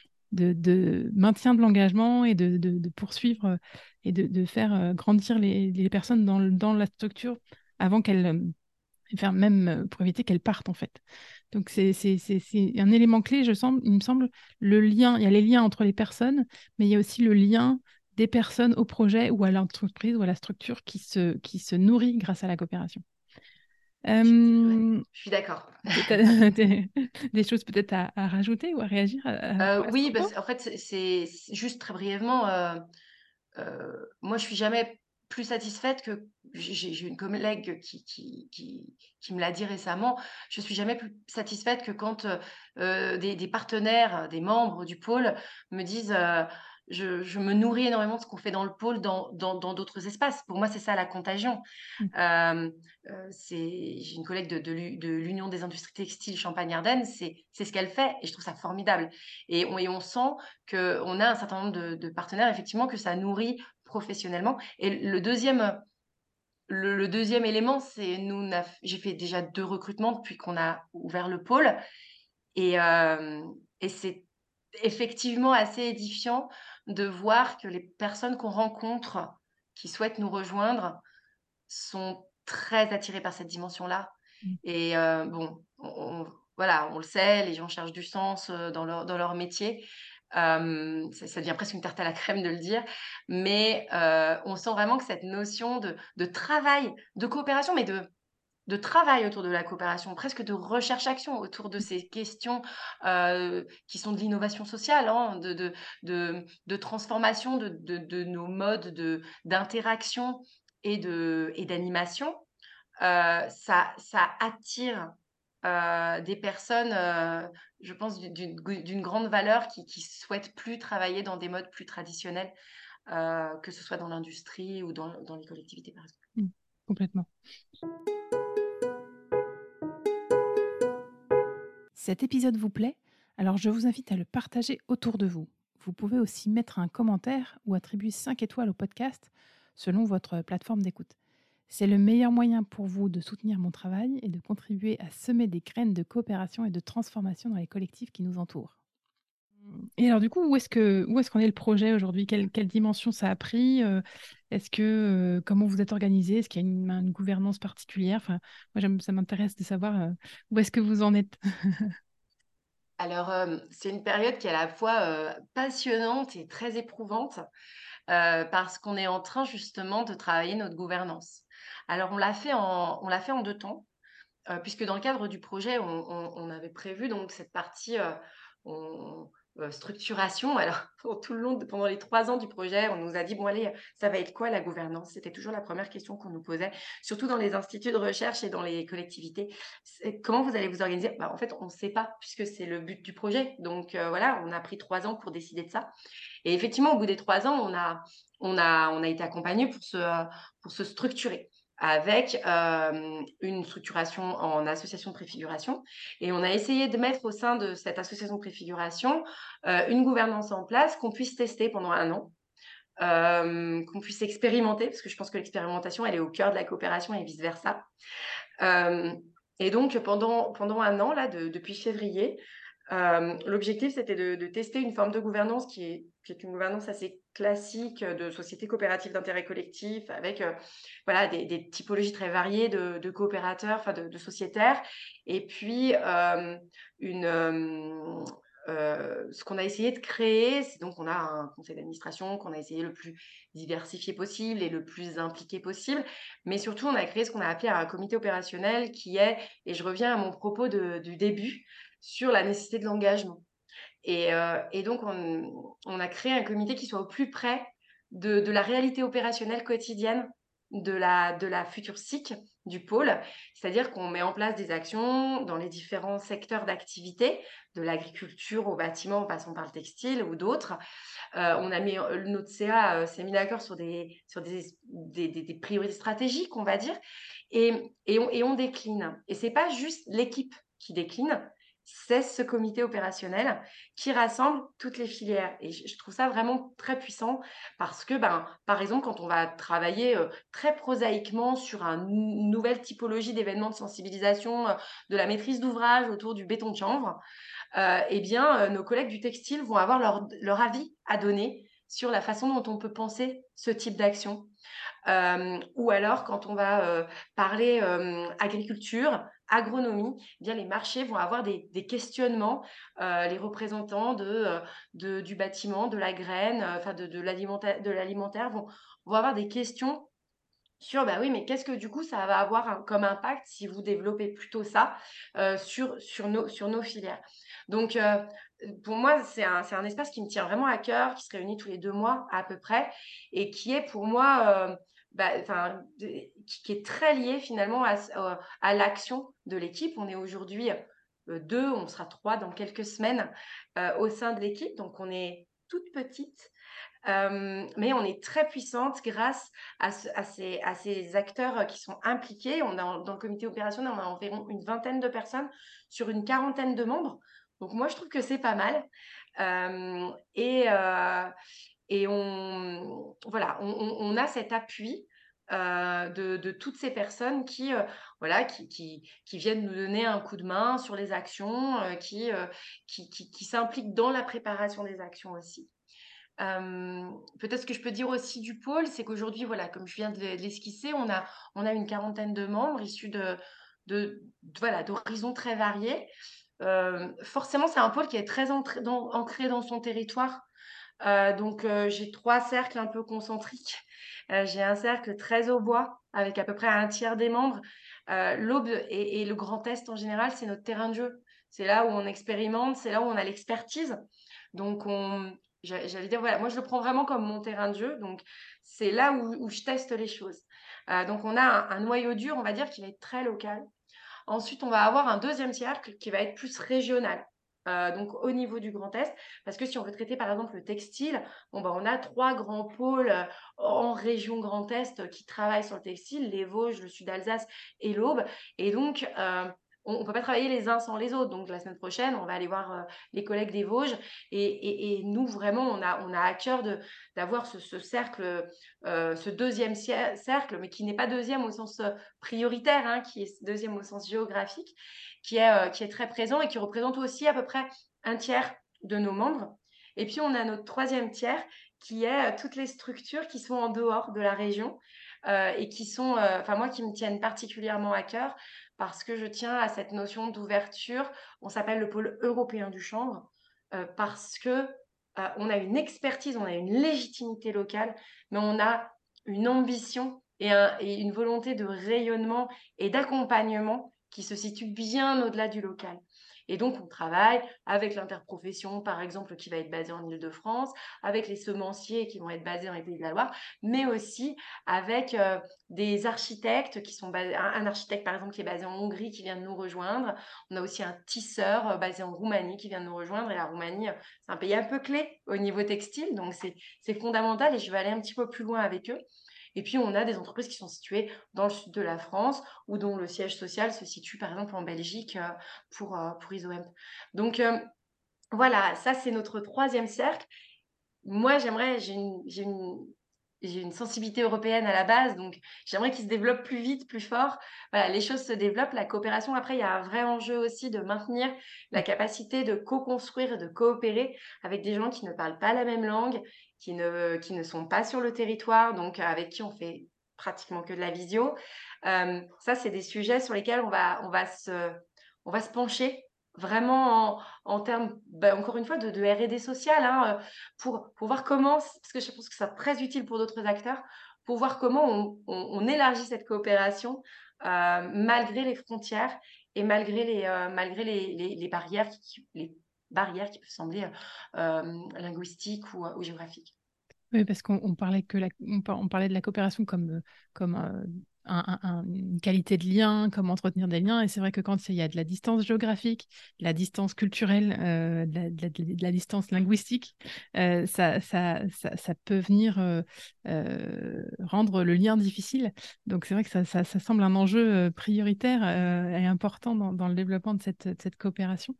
de maintien de l'engagement et de poursuivre et de faire grandir les personnes dans la structure avant qu'elles, faire même pour éviter qu'elles partent en fait. Donc c'est un élément clé, il me semble, le lien, il y a les liens entre les personnes, mais il y a aussi le lien des personnes au projet ou à l'entreprise ou à la structure qui se nourrit grâce à la coopération. Ouais, Euh, je suis d'accord. t'as des choses peut-être à rajouter ou à réagir à ce Oui, bah, propos? en fait, c'est juste très brièvement, moi, je suis jamais plus satisfaite que j'ai une collègue qui me l'a dit récemment. Je suis jamais plus satisfaite que quand, des partenaires, des membres du pôle me disent, «Je me nourris énormément de ce qu'on fait dans le pôle, dans d'autres espaces». Pour moi, c'est ça la contagion. Mm. Hem, j'ai une collègue de l'Union des industries textiles Champagne-Ardenne, c'est ce qu'elle fait, et je trouve ça formidable, et on sent qu'on a un certain nombre de partenaires, effectivement, que ça nourrit professionnellement. Et le 2e élément, c'est nous on a j'ai fait déjà 2 recrutements depuis qu'on a ouvert le pôle, et c'est effectivement assez édifiant de voir que les personnes qu'on rencontre, qui souhaitent nous rejoindre, sont très attirés par cette dimension-là. Mm. Et bon, voilà, on le sait, les gens cherchent du sens, dans leur métier. Ça devient presque une tarte à la crème de le dire, mais on sent vraiment que cette notion de travail, de coopération, mais de travail autour de la coopération, presque de recherche-action autour de ces questions, qui sont de l'innovation sociale, hein, de transformation de nos modes d'interaction et d'animation, ça attire, des personnes, je pense d'une grande valeur qui souhaitent plus travailler dans des modes plus traditionnels, que ce soit dans l'industrie ou dans les collectivités, par exemple. Mmh. Complètement. Cet épisode vous plaît? Alors je vous invite à le partager autour de vous. Vous pouvez aussi mettre un commentaire ou attribuer 5 étoiles au podcast selon votre plateforme d'écoute. C'est le meilleur moyen pour vous de soutenir mon travail et de contribuer à semer des graines de coopération et de transformation dans les collectifs qui nous entourent. Et alors du coup, où est-ce qu'en est le projet aujourd'hui? Quelle dimension ça a pris? Est-ce que, comment vous êtes organisé? Est-ce qu'il y a une gouvernance particulière? Enfin, moi, ça m'intéresse de savoir où est-ce que vous en êtes. Alors, c'est une période qui est à la fois, passionnante et très éprouvante, parce qu'on est en train justement de travailler notre gouvernance. Alors on l'a fait en 2 temps. Puisque dans le cadre du projet, on avait prévu donc cette partie, on structuration. Alors pour tout le long pendant les 3 ans du projet, on nous a dit: «Bon allez, ça va être quoi la gouvernance?» C'était toujours la première question qu'on nous posait, surtout dans les instituts de recherche et dans les collectivités. C'est: «Comment vous allez vous organiser?» Bah, en fait, on ne sait pas puisque c'est le but du projet. Donc voilà, on a pris 3 ans pour décider de ça. Et effectivement, au bout des 3 ans, on a été accompagnés pour se structurer avec, une structuration en association de préfiguration, et on a essayé de mettre au sein de cette association de préfiguration, une gouvernance en place qu'on puisse tester pendant 1 an, qu'on puisse expérimenter, parce que je pense que l'expérimentation, elle est au cœur de la coopération et vice versa. Hem et donc pendant 1 an là, depuis février, l'objectif, c'était de tester une forme de gouvernance qui est une gouvernance assez classique, de société coopérative d'intérêt collectif avec, voilà des typologies très variées de coopérateurs, enfin de sociétaires, et puis, ce qu'on a essayé de créer, c'est donc on a un conseil d'administration qu'on a essayé le plus diversifié possible et le plus impliqué possible, mais surtout on a créé ce qu'on a appelé un comité opérationnel qui est, et je reviens à mon propos du début, sur la nécessité de l'engagement. Et donc on a créé un comité qui soit au plus près de la réalité opérationnelle quotidienne de la future SIC du pôle. C'est-à-dire qu'on met en place des actions dans les différents secteurs d'activité, de l'agriculture au bâtiment en passant par le textile ou d'autres. On a mis, notre CA, s'est mis d'accord sur des priorités stratégiques, on va dire, et on décline. Et c'est pas juste l'équipe qui décline, c'est ce comité opérationnel qui rassemble toutes les filières, et je trouve ça vraiment très puissant parce que, ben, par exemple, quand on va travailler, très prosaïquement sur une nouvelle typologie d'événements de sensibilisation, de la maîtrise d'ouvrage autour du béton de chanvre, eh bien, nos collègues du textile vont avoir leur avis à donner sur la façon dont on peut penser ce type d'action. Ou alors quand on va, parler, agriculture, agronomie, eh bien les marchés vont avoir des questionnements, les représentants du bâtiment, de la graine, enfin de l'alimentaire vont avoir des questions sur, bah, oui, mais qu'est-ce que du coup ça va avoir comme impact si vous développez plutôt ça, sur nos filières? Donc pour moi, c'est un espace qui me tient vraiment à cœur, qui se réunit tous les 2 mois à peu près, et qui est pour moi, bah, enfin, qui est très lié finalement à l'action de l'équipe. On est aujourd'hui, 2, on sera 3 dans quelques semaines, au sein de l'équipe, donc on est toute petite. Mais on est très puissante grâce à ces acteurs, qui sont impliqués. Dans le comité opérationnel, on a environ une vingtaine de personnes sur une quarantaine de membres. Donc moi, je trouve que c'est pas mal. Et voilà, on a cet appui, de toutes ces personnes voilà, qui viennent nous donner un coup de main sur les actions, qui s'impliquent dans la préparation des actions aussi. Peut-être ce que je peux dire aussi du pôle, c'est qu'aujourd'hui, voilà, comme je viens de l'esquisser, on a une quarantaine de membres issus voilà, d'horizons très variés. Forcément, c'est un pôle qui est très ancré dans son territoire. Donc j'ai 3 cercles un peu concentriques. J'ai un cercle très au bois avec à peu près un tiers des membres. L'Aube et le Grand Est en général, c'est notre terrain de jeu. C'est là où on expérimente, c'est là où on a l'expertise. Donc j'allais dire, voilà, moi je le prends vraiment comme mon terrain de jeu, donc c'est là où je teste les choses. Donc on a un noyau dur, on va dire, qui va être très local. Ensuite, on va avoir un deuxième cercle qui va être plus régional, donc au niveau du Grand Est. Parce que si on veut traiter, par exemple, le textile, bon, bah, on a 3 grands pôles, en région Grand Est, qui travaillent sur le textile, les Vosges, le sud d'Alsace et l'Aube. Et donc, on ne peut pas travailler les uns sans les autres. Donc la semaine prochaine, on va aller voir, les collègues des Vosges et nous, vraiment, on a à cœur d'avoir ce cercle, ce deuxième cercle, mais qui n'est pas deuxième au sens, prioritaire, hein, qui est deuxième au sens géographique, qui est très présent et qui représente aussi à peu près un tiers de nos membres. Et puis on a notre troisième tiers qui est toutes les structures qui sont en dehors de la région et qui sont, enfin moi, qui me tiennent particulièrement à cœur parce que je tiens à cette notion d'ouverture. On s'appelle le pôle européen du chanvre parce que on a une expertise, on a une légitimité locale, mais on a une ambition et une volonté de rayonnement et d'accompagnement qui se situe bien au-delà du local. Et donc, on travaille avec l'interprofession, par exemple, qui va être basée en Île-de-France, avec les semenciers qui vont être basés dans les Pays de la Loire, mais aussi avec des architectes qui sont basés, un architecte, par exemple, qui est basé en Hongrie, qui vient de nous rejoindre. On a aussi un tisseur basé en Roumanie qui vient de nous rejoindre. Et la Roumanie, c'est un pays un peu clé au niveau textile, donc c'est fondamental et je vais aller un petit peu plus loin avec eux. Et puis, on a des entreprises qui sont situées dans le sud de la France ou dont le siège social se situe, par exemple, en Belgique pour Isoemp. Donc, voilà, ça, c'est notre troisième cercle. Moi, j'ai une sensibilité européenne à la base, donc j'aimerais qu'il se développe plus vite, plus fort. Voilà, les choses se développent, la coopération, après, il y a un vrai enjeu aussi de maintenir la capacité de co-construire et de coopérer avec des gens qui ne parlent pas la même langue, qui ne sont pas sur le territoire, donc avec qui on fait pratiquement que de la visio. Ça, c'est des sujets sur lesquels on va se pencher vraiment en termes, bah, encore une fois, de R&D social, hein, pour voir comment, parce que je pense que c'est très utile pour d'autres acteurs, pour voir comment on élargit cette coopération malgré les frontières et malgré les barrières qui peuvent sembler linguistiques ou géographiques. Oui, parce qu'on parlait on parlait de la coopération comme une qualité de lien, comme entretenir des liens. Et c'est vrai que quand il y a de la distance géographique, de la distance culturelle, de la distance linguistique, ça peut venir rendre le lien difficile. Donc c'est vrai que ça semble un enjeu prioritaire et important dans le développement de cette coopération.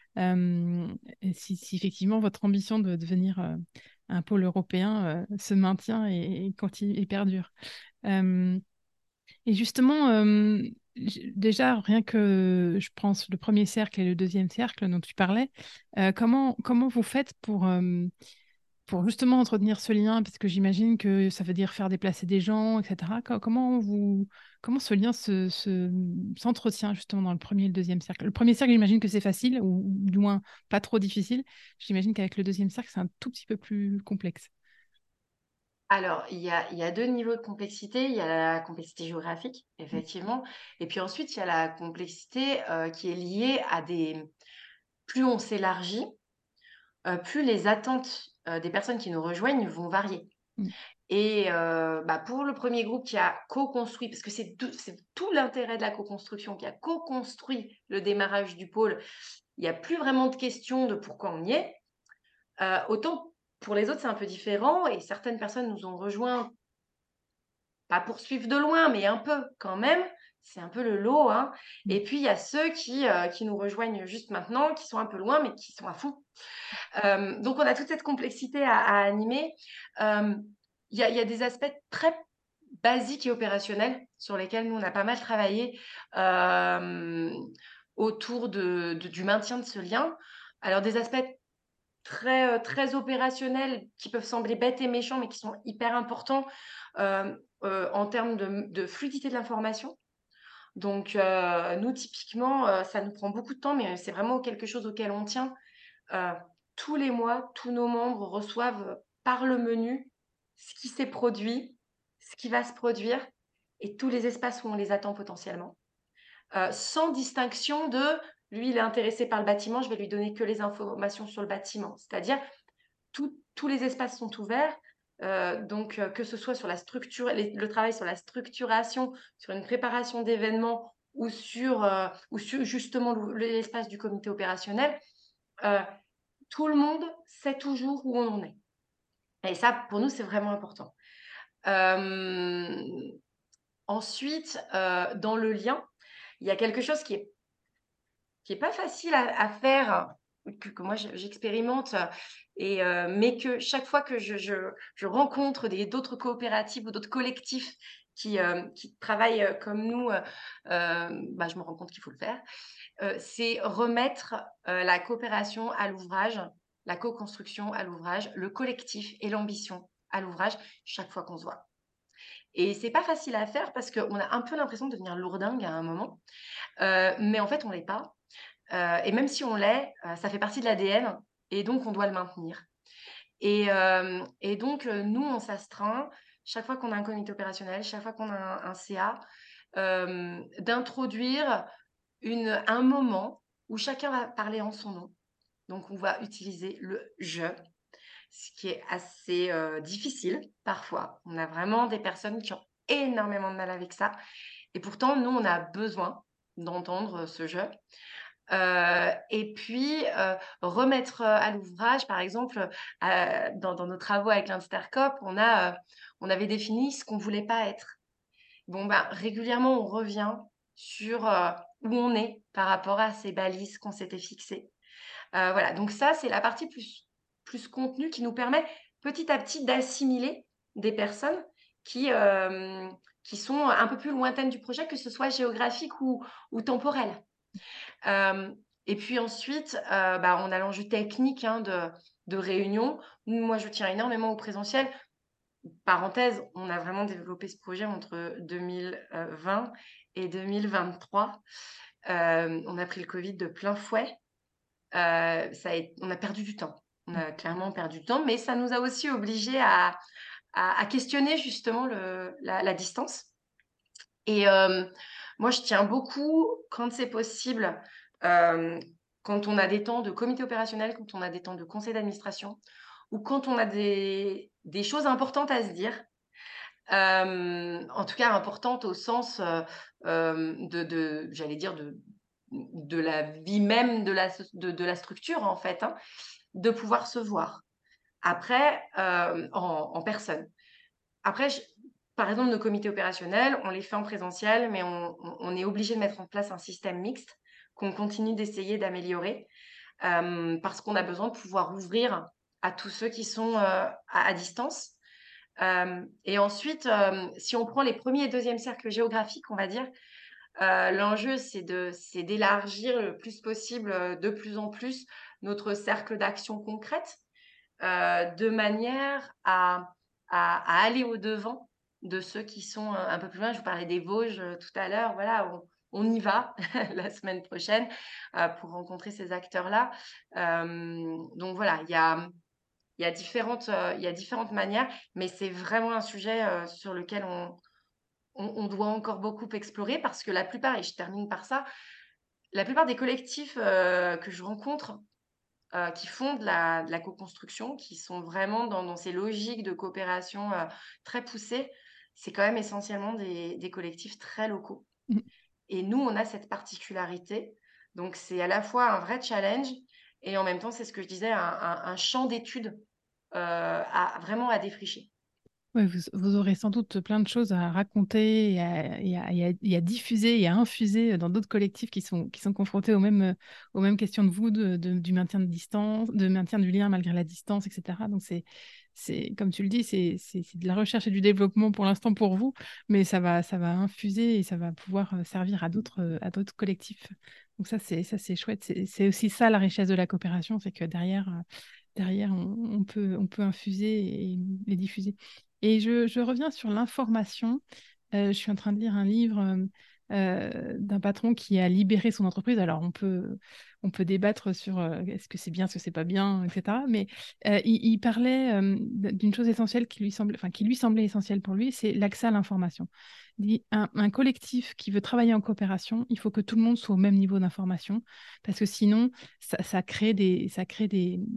Et si effectivement votre ambition de devenir un pôle européen se maintient et continue et perdure. Euh, et justement, déjà, rien que je pense le premier cercle et le deuxième cercle dont tu parlais, comment vous faites pour justement entretenir ce lien, parce que j'imagine que ça veut dire faire déplacer des gens, etc. Comment ce lien s'entretient justement dans le premier et le deuxième cercle? Le premier cercle, j'imagine que c'est facile, ou du moins pas trop difficile. J'imagine qu'avec le deuxième cercle, c'est un tout petit peu plus complexe. Alors, il y a 2 niveaux de complexité. Il y a la complexité géographique, Mm. effectivement, et puis ensuite, il y a la complexité, qui est liée à des plus on s'élargit, plus les attentes, des personnes qui nous rejoignent vont varier. Mm. Et bah, pour le premier groupe qui a co-construit, parce que c'est tout l'intérêt de la co-construction, qui a co-construit le démarrage du pôle, il y a plus vraiment de question de pourquoi on y est. Autant pour les autres, c'est un peu différent et certaines personnes nous ont rejoints, pas pour suivre de loin, mais un peu quand même. C'est un peu le lot, hein. Mm. Et puis il y a ceux qui nous rejoignent juste maintenant, qui sont un peu loin, mais qui sont à fond. Donc on a toute cette complexité à animer. Il y a des aspects très basiques et opérationnels sur lesquels nous, on a pas mal travaillé, hem, autour du maintien de ce lien. Alors des aspects très opérationnels qui peuvent sembler bêtes et méchants, mais qui sont hyper importants, en termes de fluidité de l'information. Donc nous, typiquement, ça nous prend beaucoup de temps, mais c'est vraiment quelque chose auquel on tient. Heu, Tous les mois, tous nos membres reçoivent par le menu ce qui s'est produit, ce qui va se produire et tous les espaces où on les attend potentiellement. Sans distinction de: «Lui, il est intéressé par le bâtiment, je vais lui donner que les informations sur le bâtiment». C'est-à-dire tous les espaces sont ouverts, Donc, que ce soit sur la structure, le travail sur la structuration, sur une préparation d'événements ou sur justement l'espace du comité opérationnel, heu, tout le monde sait toujours où on en est. Et ça, pour nous, c'est vraiment important. Hem, Ensuite, dans le lien, il y a quelque chose qui est pas facile à faire, que moi j'expérimente, mais que chaque fois que je rencontre d'autres coopératives ou d'autres collectifs qui travaillent, comme nous, bah, je me rends compte qu'il faut le faire. C'est remettre, la coopération à l'ouvrage, la co-construction à l'ouvrage, le collectif et l'ambition à l'ouvrage, chaque fois qu'on se voit. Et c'est pas facile à faire parce qu'on a un peu l'impression de devenir lourdingue à un moment, mais en fait on l'est pas. Et même si on l'est, ça fait partie de l'ADN et donc on doit le maintenir. Et donc, nous, on s'astreint, chaque fois qu'on a un comité opérationnel, chaque fois qu'on a un CA, d'introduire un moment où chacun va parler en son nom. Donc on va utiliser le «je», ce qui est assez, difficile parfois. On a vraiment des personnes qui ont énormément de mal avec ça et pourtant nous, on a besoin d'entendre ce «je». Et puis, remettre, à l'ouvrage, par exemple, dans nos travaux avec l'Intercoop, on avait défini ce qu'on voulait pas être. Bon, ben, régulièrement, on revient sur, où on est par rapport à ces balises qu'on s'était fixées. Voilà, donc ça, c'est la partie plus contenue qui nous permet petit à petit d'assimiler des personnes qui, qui sont un peu plus lointaines du projet, que ce soit géographique ou temporel. Hem Et puis ensuite, bah, on a l'enjeu technique, hein, de réunion. Moi, je tiens énormément au présentiel. Parenthèse, on a vraiment développé ce projet entre 2020 et 2023. On a pris le covid de plein fouet. On a perdu du temps. On a clairement perdu du temps, mais ça nous a aussi obligés à questionner justement la distance. Et moi, je tiens beaucoup, quand c'est possible, hem, quand on a des temps de comité opérationnel, quand on a des temps de conseil d'administration ou quand on a des choses importantes à se dire, en tout cas importantes au sens, de j'allais dire de la vie même de la structure, en fait, hein, de pouvoir se voir. Après, en personne. Après, par exemple, nos comités opérationnels, on les fait en présentiel, mais on est obligé de mettre en place un système mixte qu'on continue d'essayer d'améliorer, parce qu'on a besoin de pouvoir ouvrir à tous ceux qui sont, à distance. Et ensuite, si on prend les premiers et deuxièmes cercles géographiques, on va dire, l'enjeu, c'est d'élargir le plus possible, de plus en plus, notre cercle d'action concrète, de manière à aller au-devant de ceux qui sont, un peu plus loin. Je vous parlais des Vosges, tout à l'heure. Voilà, on y va la semaine prochaine, pour rencontrer ces acteurs-là. Donc voilà, il y a différentes manières, mais c'est vraiment un sujet, sur lequel on doit encore beaucoup explorer parce que la plupart et je termine par ça, la plupart des collectifs, que je rencontre, qui font de la co-construction, qui sont vraiment dans ces logiques de coopération, très poussées, c'est quand même essentiellement des collectifs très locaux. Mmh. Et nous, on a cette particularité, donc c'est à la fois un vrai challenge et en même temps, c'est ce que je disais, un champ d'études, à vraiment à défricher. Ouais, vous aurez sans doute plein de choses à raconter et à diffuser et à infuser dans d'autres collectifs qui sont confrontés aux mêmes questions de vous, du maintien de distance, de maintien du lien malgré la distance, etc. Donc, comme tu le dis, c'est de la recherche et du développement pour l'instant pour vous, mais ça va infuser et ça va pouvoir servir à d'autres collectifs. Donc, ça, c'est chouette. C'est aussi ça la richesse de la coopération, c'est que derrière on peut infuser et diffuser. Et je reviens sur l'information. Je suis en train de lire un livre d'un patron qui a libéré son entreprise. Alors, on peut débattre sur est-ce que c'est bien, est-ce que c'est pas bien, etc. Mais il parlait d'une chose essentielle qui lui semblait essentielle pour lui, c'est l'accès à l'information. Il dit, un collectif qui veut travailler en coopération, il faut que tout le monde soit au même niveau d'information, parce que sinon, ça crée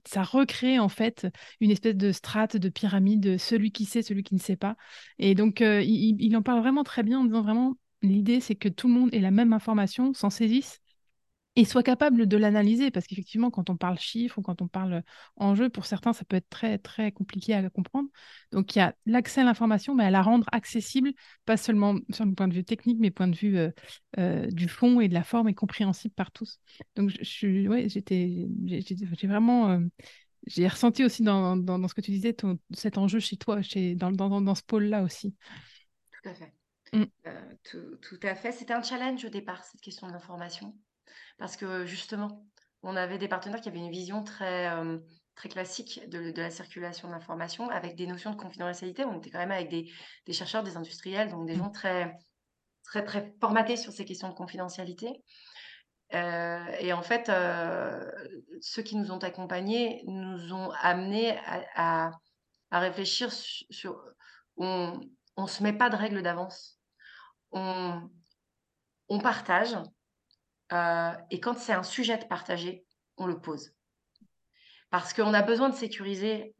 ça recrée en fait une espèce de strate, de pyramide, celui qui sait, celui qui ne sait pas. Et donc, il en parle vraiment très bien en disant vraiment, l'idée, c'est que tout le monde ait la même information, s'en saisisse et soit capable de l'analyser, parce qu'effectivement, quand on parle chiffres ou quand on parle enjeux, pour certains, ça peut être très, très compliqué à comprendre. Donc, il y a l'accès à l'information, mais à la rendre accessible, pas seulement sur le point de vue technique, mais point de vue du fond et de la forme et compréhensible par tous. Donc, ouais, j'ai vraiment, j'ai ressenti aussi dans ce que tu disais, cet enjeu chez toi, dans ce pôle-là aussi. Tout à fait. Mm. Tout à fait. C'était un challenge au départ, cette question de l'information. Parce que justement, on avait des partenaires qui avaient une vision très classique de la circulation de l'information, avec des notions de confidentialité. On était quand même avec des chercheurs, des industriels, donc des Mm. gens très formatés sur ces questions de confidentialité. Et en fait, ceux qui nous ont accompagnés nous ont amenés à réfléchir sur on se met pas de règles d'avance. On on partage, et quand c'est un sujet de partager, on le pose. Parce qu'on a besoin de sécuriser,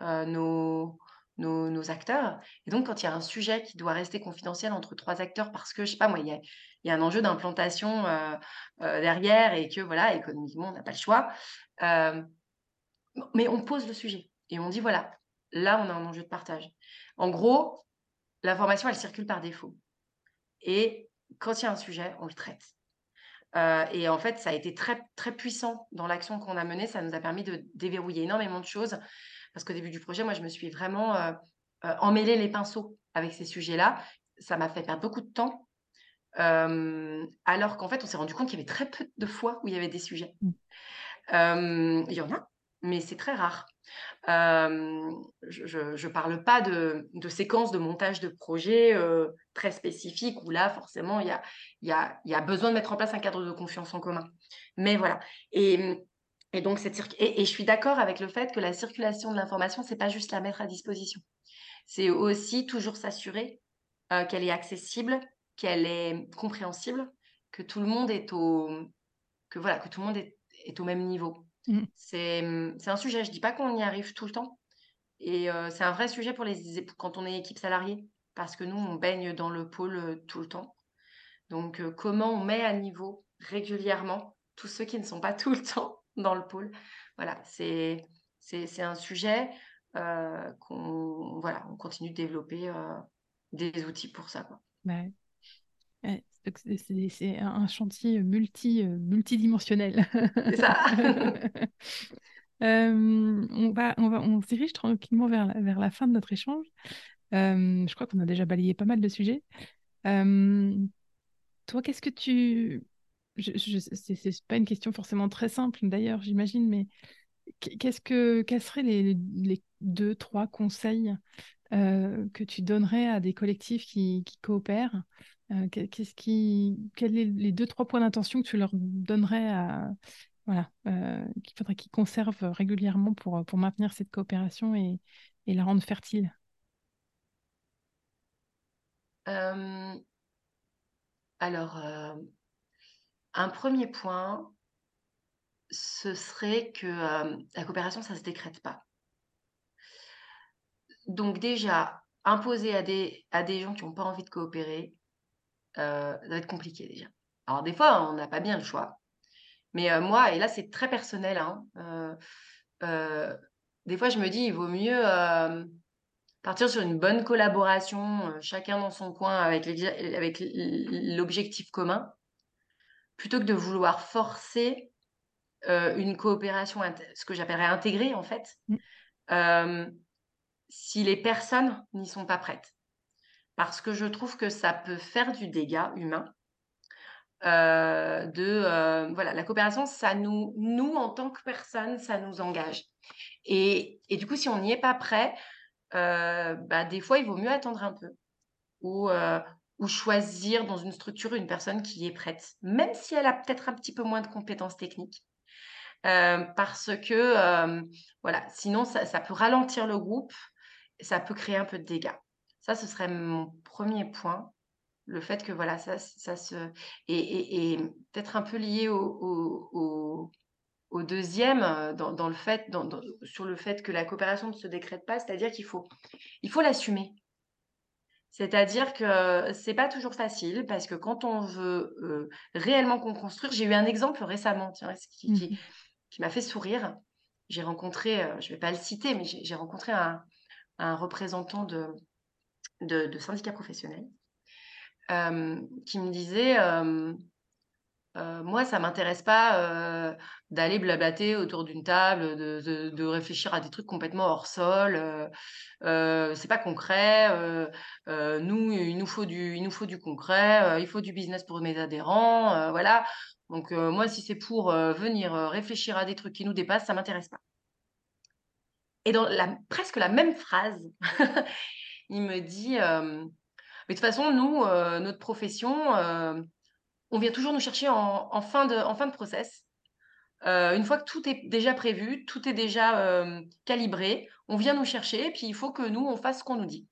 nos acteurs et donc quand il y a un sujet qui doit rester confidentiel entre 3 acteurs parce que, je sais pas moi, il y a un enjeu d'implantation, derrière et que voilà, économiquement, on n'a pas le choix, hem, mais on pose le sujet et on dit: «Voilà, là, on a un enjeu de partage». En gros, l'information, elle circule par défaut et quand il y a un sujet, on le traite. Et en fait, ça a été très, très puissant dans l'action qu'on a menée. Ça nous a permis de déverrouiller énormément de choses parce qu'au début du projet, moi, je me suis vraiment, emmêlé les pinceaux avec ces sujets-là. Ça m'a fait perdre beaucoup de temps, alors qu'en fait, on s'est rendu compte qu'il y avait très peu de fois où il y avait des sujets. Mm. Il y en a, mais c'est très rare. Je parle pas de séquences de montage de projets, très spécifiques où là, forcément, il y a besoin de mettre en place un cadre de confiance en commun. Mais voilà et donc je suis d'accord avec le fait que la circulation de l'information, c'est pas juste la mettre à disposition. C'est aussi toujours s'assurer, qu'elle est accessible, qu'elle est compréhensible, que tout le monde est au que voilà, que tout le monde est au même niveau. Mm. C'est un sujet, je dis pas qu'on y arrive tout le temps et c'est un vrai sujet pour quand on est équipe salariée, parce que nous, on baigne dans le pôle, tout le temps. Donc comment on met à niveau régulièrement tous ceux qui ne sont pas tout le temps dans le pôle? Voilà, c'est un sujet, on continue de développer, des outils pour ça, quoi. Ouais. Ouais, donc c'est un chantier multidimensionnel. C'est ça. On se dirige tranquillement vers la fin de notre échange. Je crois qu'on a déjà balayé pas mal de sujets. Euh, Toi, qu'est-ce que tu... c'est pas une question forcément très simple d'ailleurs, j'imagine, mais quels seraient les deux, trois conseils que tu donnerais à des collectifs qui coopèrent? Quels sont les deux, trois points d'intention que tu leur donnerais voilà, qu'il faudrait qu'ils conservent régulièrement pour maintenir cette coopération et la rendre fertile? Hem, alors, un premier point, ce serait que, la coopération, ça se décrète pas. Donc déjà, imposer à des gens qui ont pas envie de coopérer, ça va être compliqué déjà. Alors des fois, on n'a pas bien le choix, mais moi et là c'est très personnel, hein, heu, des fois je me dis: «Il vaut mieux, partir sur une bonne collaboration, chacun dans son coin avec l'objectif commun, plutôt que de vouloir forcer, une coopération ce que j'appellerais intégrée en fait, Mm. hem, si les personnes n'y sont pas prêtes. Parce que je trouve que ça peut faire du dégât humain, voilà, la coopération, ça nous en tant que personne, ça nous engage et du coup, si on n'y est pas prêt, bah, des fois, il vaut mieux attendre un peu ou heu, ou choisir dans une structure une personne qui est prête, même si elle a peut-être un petit peu moins de compétences techniques, parce que, voilà, sinon ça peut ralentir le groupe, ça peut créer un peu de dégâts. Ça, ce serait mon premier point. Le fait que voilà, ça se et peut-être un peu lié au deuxième, dans le fait sur le fait que la coopération ne se décrète pas, c'est-à-dire qu'il faut l'assumer. C'est-à-dire que c'est pas toujours facile parce que quand on veut, réellement construire, j'ai eu un exemple récemment, tiens, ce qui Mmh qui mh. qui m'a fait sourire. J'ai rencontré, je vais pas le citer, mais j'ai rencontré un représentant de syndicats professionnels, qui me disait, «Moi, ça m'intéresse pas, d'aller blablater autour d'une table, de réfléchir à des trucs complètement hors sol, c'est pas concret, nous, il nous faut du concret, il faut du business pour mes adhérents, voilà. Donc moi, si c'est pour, venir, réfléchir à des trucs qui nous dépassent, ça m'intéresse pas». Et dans la presque la même phrase, il me dit, «Mais de toute façon, nous, notre profession, on vient toujours nous chercher en fin de process. Une fois que tout est déjà prévu, tout est déjà, calibré, on vient nous chercher, puis il faut que nous, on fasse ce qu'on nous dit».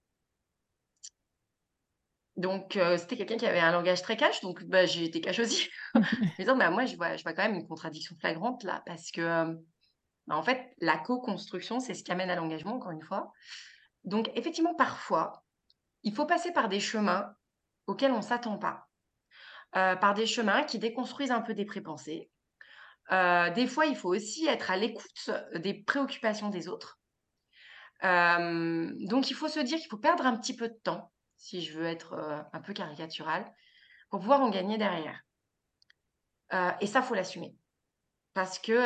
Donc c'était quelqu'un qui avait un langage très cash, donc bah, j'ai été cash aussi. En disant: «Bah, moi, je vois quand même une contradiction flagrante là, parce que, bah, en fait, la co-construction, c'est ce qui amène à l'engagement, encore une fois. Donc effectivement, parfois, il faut passer par des chemins auxquels on s'attend pas, par des chemins qui déconstruisent un peu des prépensées. Des fois, il faut aussi être à l'écoute des préoccupations des autres. Donc il faut se dire qu'il faut perdre un petit peu de temps, si je veux être, un peu caricaturale, pour pouvoir en gagner derrière. Et ça, faut l'assumer. Parce que,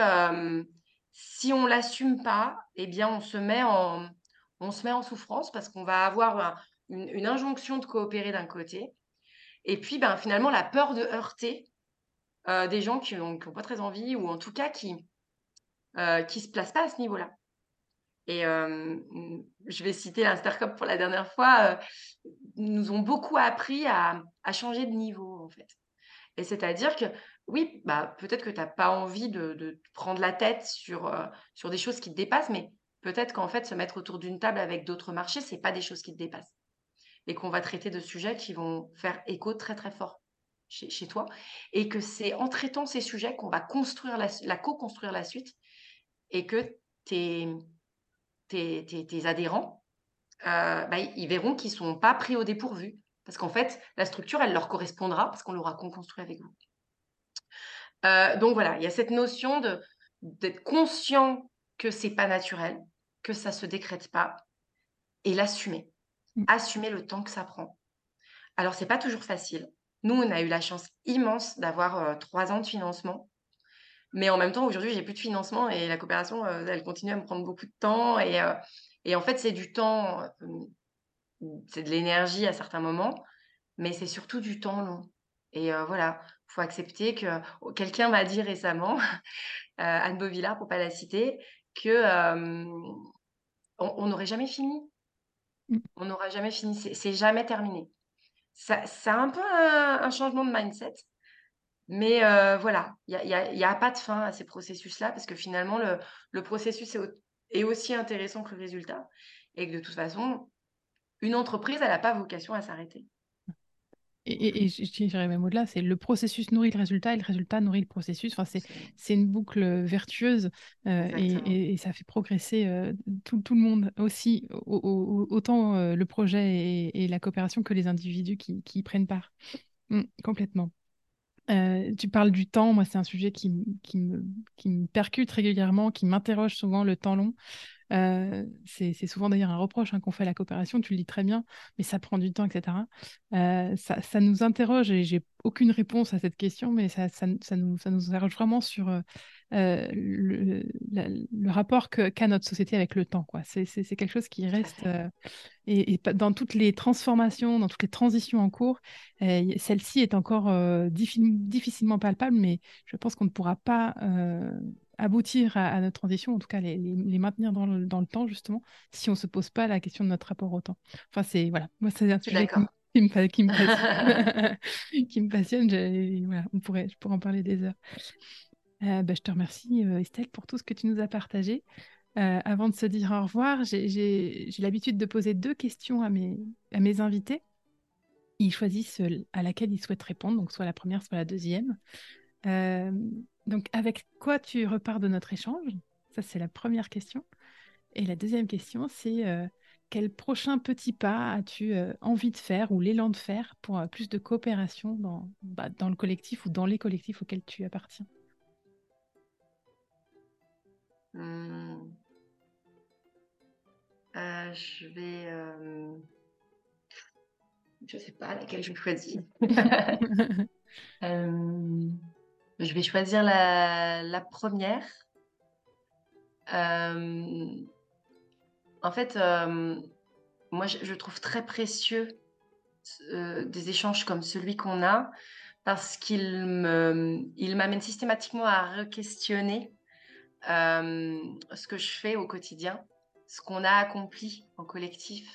si on l'assume pas, eh bien, on se met en souffrance parce qu'on va avoir une injonction de coopérer d'un côté et puis, ben, finalement, la peur de heurter, des gens qui ont pas très envie ou en tout cas qui se placent pas à ce niveau-là. Et je vais citer l'Instercop pour la dernière fois, ils nous ont beaucoup appris à changer de niveau, en fait. Et c'est-à-dire que oui, bah, peut-être que tu as pas envie de te prendre la tête sur des choses qui te dépassent, mais peut-être qu'en fait, se mettre autour d'une table avec d'autres marchés, c'est pas des choses qui te dépassent et qu'on va traiter de sujets qui vont faire écho très, très fort chez toi et que c'est en traitant ces sujets qu'on va construire la co-construire la suite et que tes tes adhérents, bah, ils verront qu'ils sont pas pris au dépourvu. Parce qu'en fait, la structure, elle leur correspondra parce qu'on l'aura co-construit avec vous. Donc voilà, il y a cette notion d'être conscient que c'est pas naturel, que ça se décrète pas et l'assumer. Mmh. Assumer le temps que ça prend. Alors c'est pas toujours facile. Nous, on a eu la chance immense d'avoir, 3 ans de financement, mais en même temps, aujourd'hui, j'ai plus de financement et la coopération, elle continue à me prendre beaucoup de temps et en fait, c'est du temps, c'est de l'énergie à certains moments, mais c'est surtout du temps long et voilà, faut accepter que quelqu'un m'a dit récemment, Anne Bovillard pour pas la citer, que, on n'aurait jamais fini. Mmh. On n'aura jamais fini, c'est jamais terminé. Ça a un peu un changement de mindset, mais voilà, il y a pas de fin à ces processus-là parce que finalement le processus est aussi intéressant que le résultat et que de toute façon, une entreprise, elle a pas vocation à s'arrêter. Et je dirais même au-delà, c'est le processus nourrit le résultat et le résultat nourrit le processus. Enfin, Absolument, c'est une boucle vertueuse exactement. et ça fait progresser tout le monde aussi, autant le projet et la coopération que les individus qui y prennent part. Complètement. Tu parles du temps, moi c'est un sujet qui me percute régulièrement, qui m'interroge souvent, le temps long. C'est souvent d'ailleurs un reproche qu'on fait à la coopération, tu le dis très bien, mais ça prend du temps, etc. Ça nous interroge et j'ai aucune réponse à cette question, mais ça nous interroge vraiment sur le rapport qu'a notre société avec le temps, quoi. C'est quelque chose qui Tout à reste, fait. dans toutes les transformations, dans toutes les transitions en cours, celle-ci est encore difficilement palpable, mais je pense qu'on ne pourra pas aboutir à notre transition, en tout cas les maintenir dans le temps, justement, si on ne se pose pas la question de notre rapport au temps. Enfin, voilà. Moi, c'est un Je suis sujet d'accord. qui me passionne, qui me passionne. Voilà, je pourrais en parler des heures. Je te remercie, Estelle, pour tout ce que tu nous as partagé. Avant de se dire au revoir, j'ai l'habitude de poser deux questions à mes invités. Ils choisissent à laquelle ils souhaitent répondre, donc soit la première, soit la deuxième. Donc, avec quoi tu repars de notre échange? Ça, c'est la première question. Et la deuxième question, c'est quel prochain petit pas as-tu envie de faire ou l'élan de faire pour plus de coopération dans le collectif ou dans les collectifs auxquels tu appartiens? Mmh, je vais, je sais pas laquelle je choisis. Hem, je vais choisir la 1re. Hem, en fait, moi je trouve très précieux des échanges comme celui qu'on a parce qu'il m'amène systématiquement à re-questionner, ce que je fais au quotidien, ce qu'on a accompli en collectif,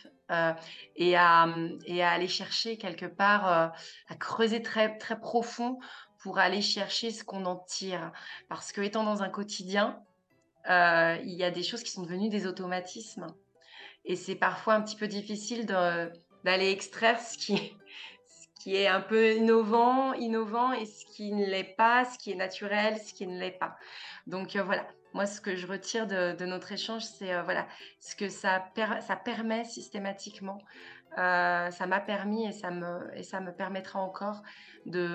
et à aller chercher quelque part, à creuser très, très profond pour aller chercher ce qu'on en tire. Parce qu'étant dans un quotidien, il y a des choses qui sont devenues des automatismes et c'est parfois un petit peu difficile d'aller extraire ce qui est un peu innovant et ce qui ne l'est pas, ce qui est naturel, ce qui ne l'est pas. Donc voilà, moi ce que je retire de notre échange, c'est, voilà, ce que ça permet systématiquement, ça m'a permis et ça me permettra encore de,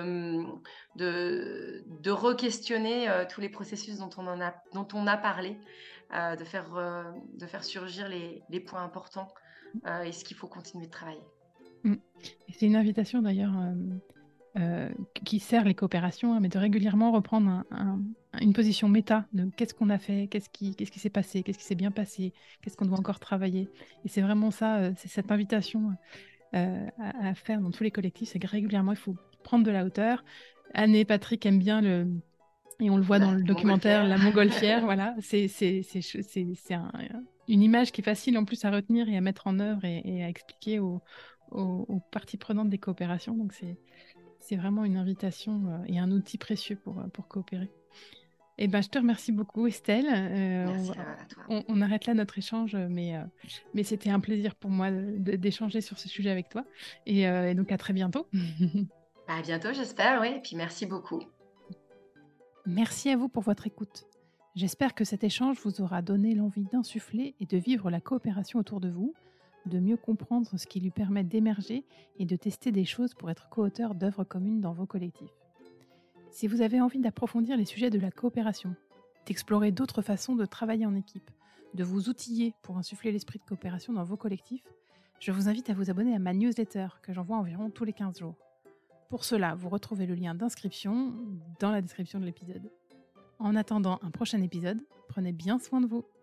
de re-questionner, tous les processus dont on a parlé, de faire surgir les points importants, et ce qu'il faut continuer de travailler. Mm. Et c'est une invitation d'ailleurs qui sert les coopérations, hein, mais de régulièrement reprendre une position méta de qu'est-ce qu'on a fait, qu'est-ce qui s'est passé, qu'est-ce qui s'est bien passé, qu'est-ce qu'on doit encore travailler. Et c'est vraiment ça, c'est cette invitation à faire dans tous les collectifs, c'est que régulièrement, il faut prendre de la hauteur. Anne et Patrick aiment bien et on le voit La dans le documentaire, montgolfière. la montgolfière, voilà. Une image qui est facile en plus à retenir et à mettre en œuvre et à expliquer aux parties prenantes des coopérations. Donc, c'est vraiment une invitation et un outil précieux pour coopérer. Eh ben, je te remercie beaucoup, Estelle. Merci à toi. On arrête là notre échange, mais c'était un plaisir pour moi d'échanger sur ce sujet avec toi. Et donc, à très bientôt. À bientôt, j'espère, oui, et puis merci beaucoup. Merci à vous pour votre écoute. J'espère que cet échange vous aura donné l'envie d'insuffler et de vivre la coopération autour de vous, de mieux comprendre ce qui lui permet d'émerger et de tester des choses pour être co-auteur d'œuvres communes dans vos collectifs. Si vous avez envie d'approfondir les sujets de la coopération, d'explorer d'autres façons de travailler en équipe, de vous outiller pour insuffler l'esprit de coopération dans vos collectifs, je vous invite à vous abonner à ma newsletter que j'envoie environ tous les 15 jours. Pour cela, vous retrouvez le lien d'inscription dans la description de l'épisode. En attendant un prochain épisode, prenez bien soin de vous.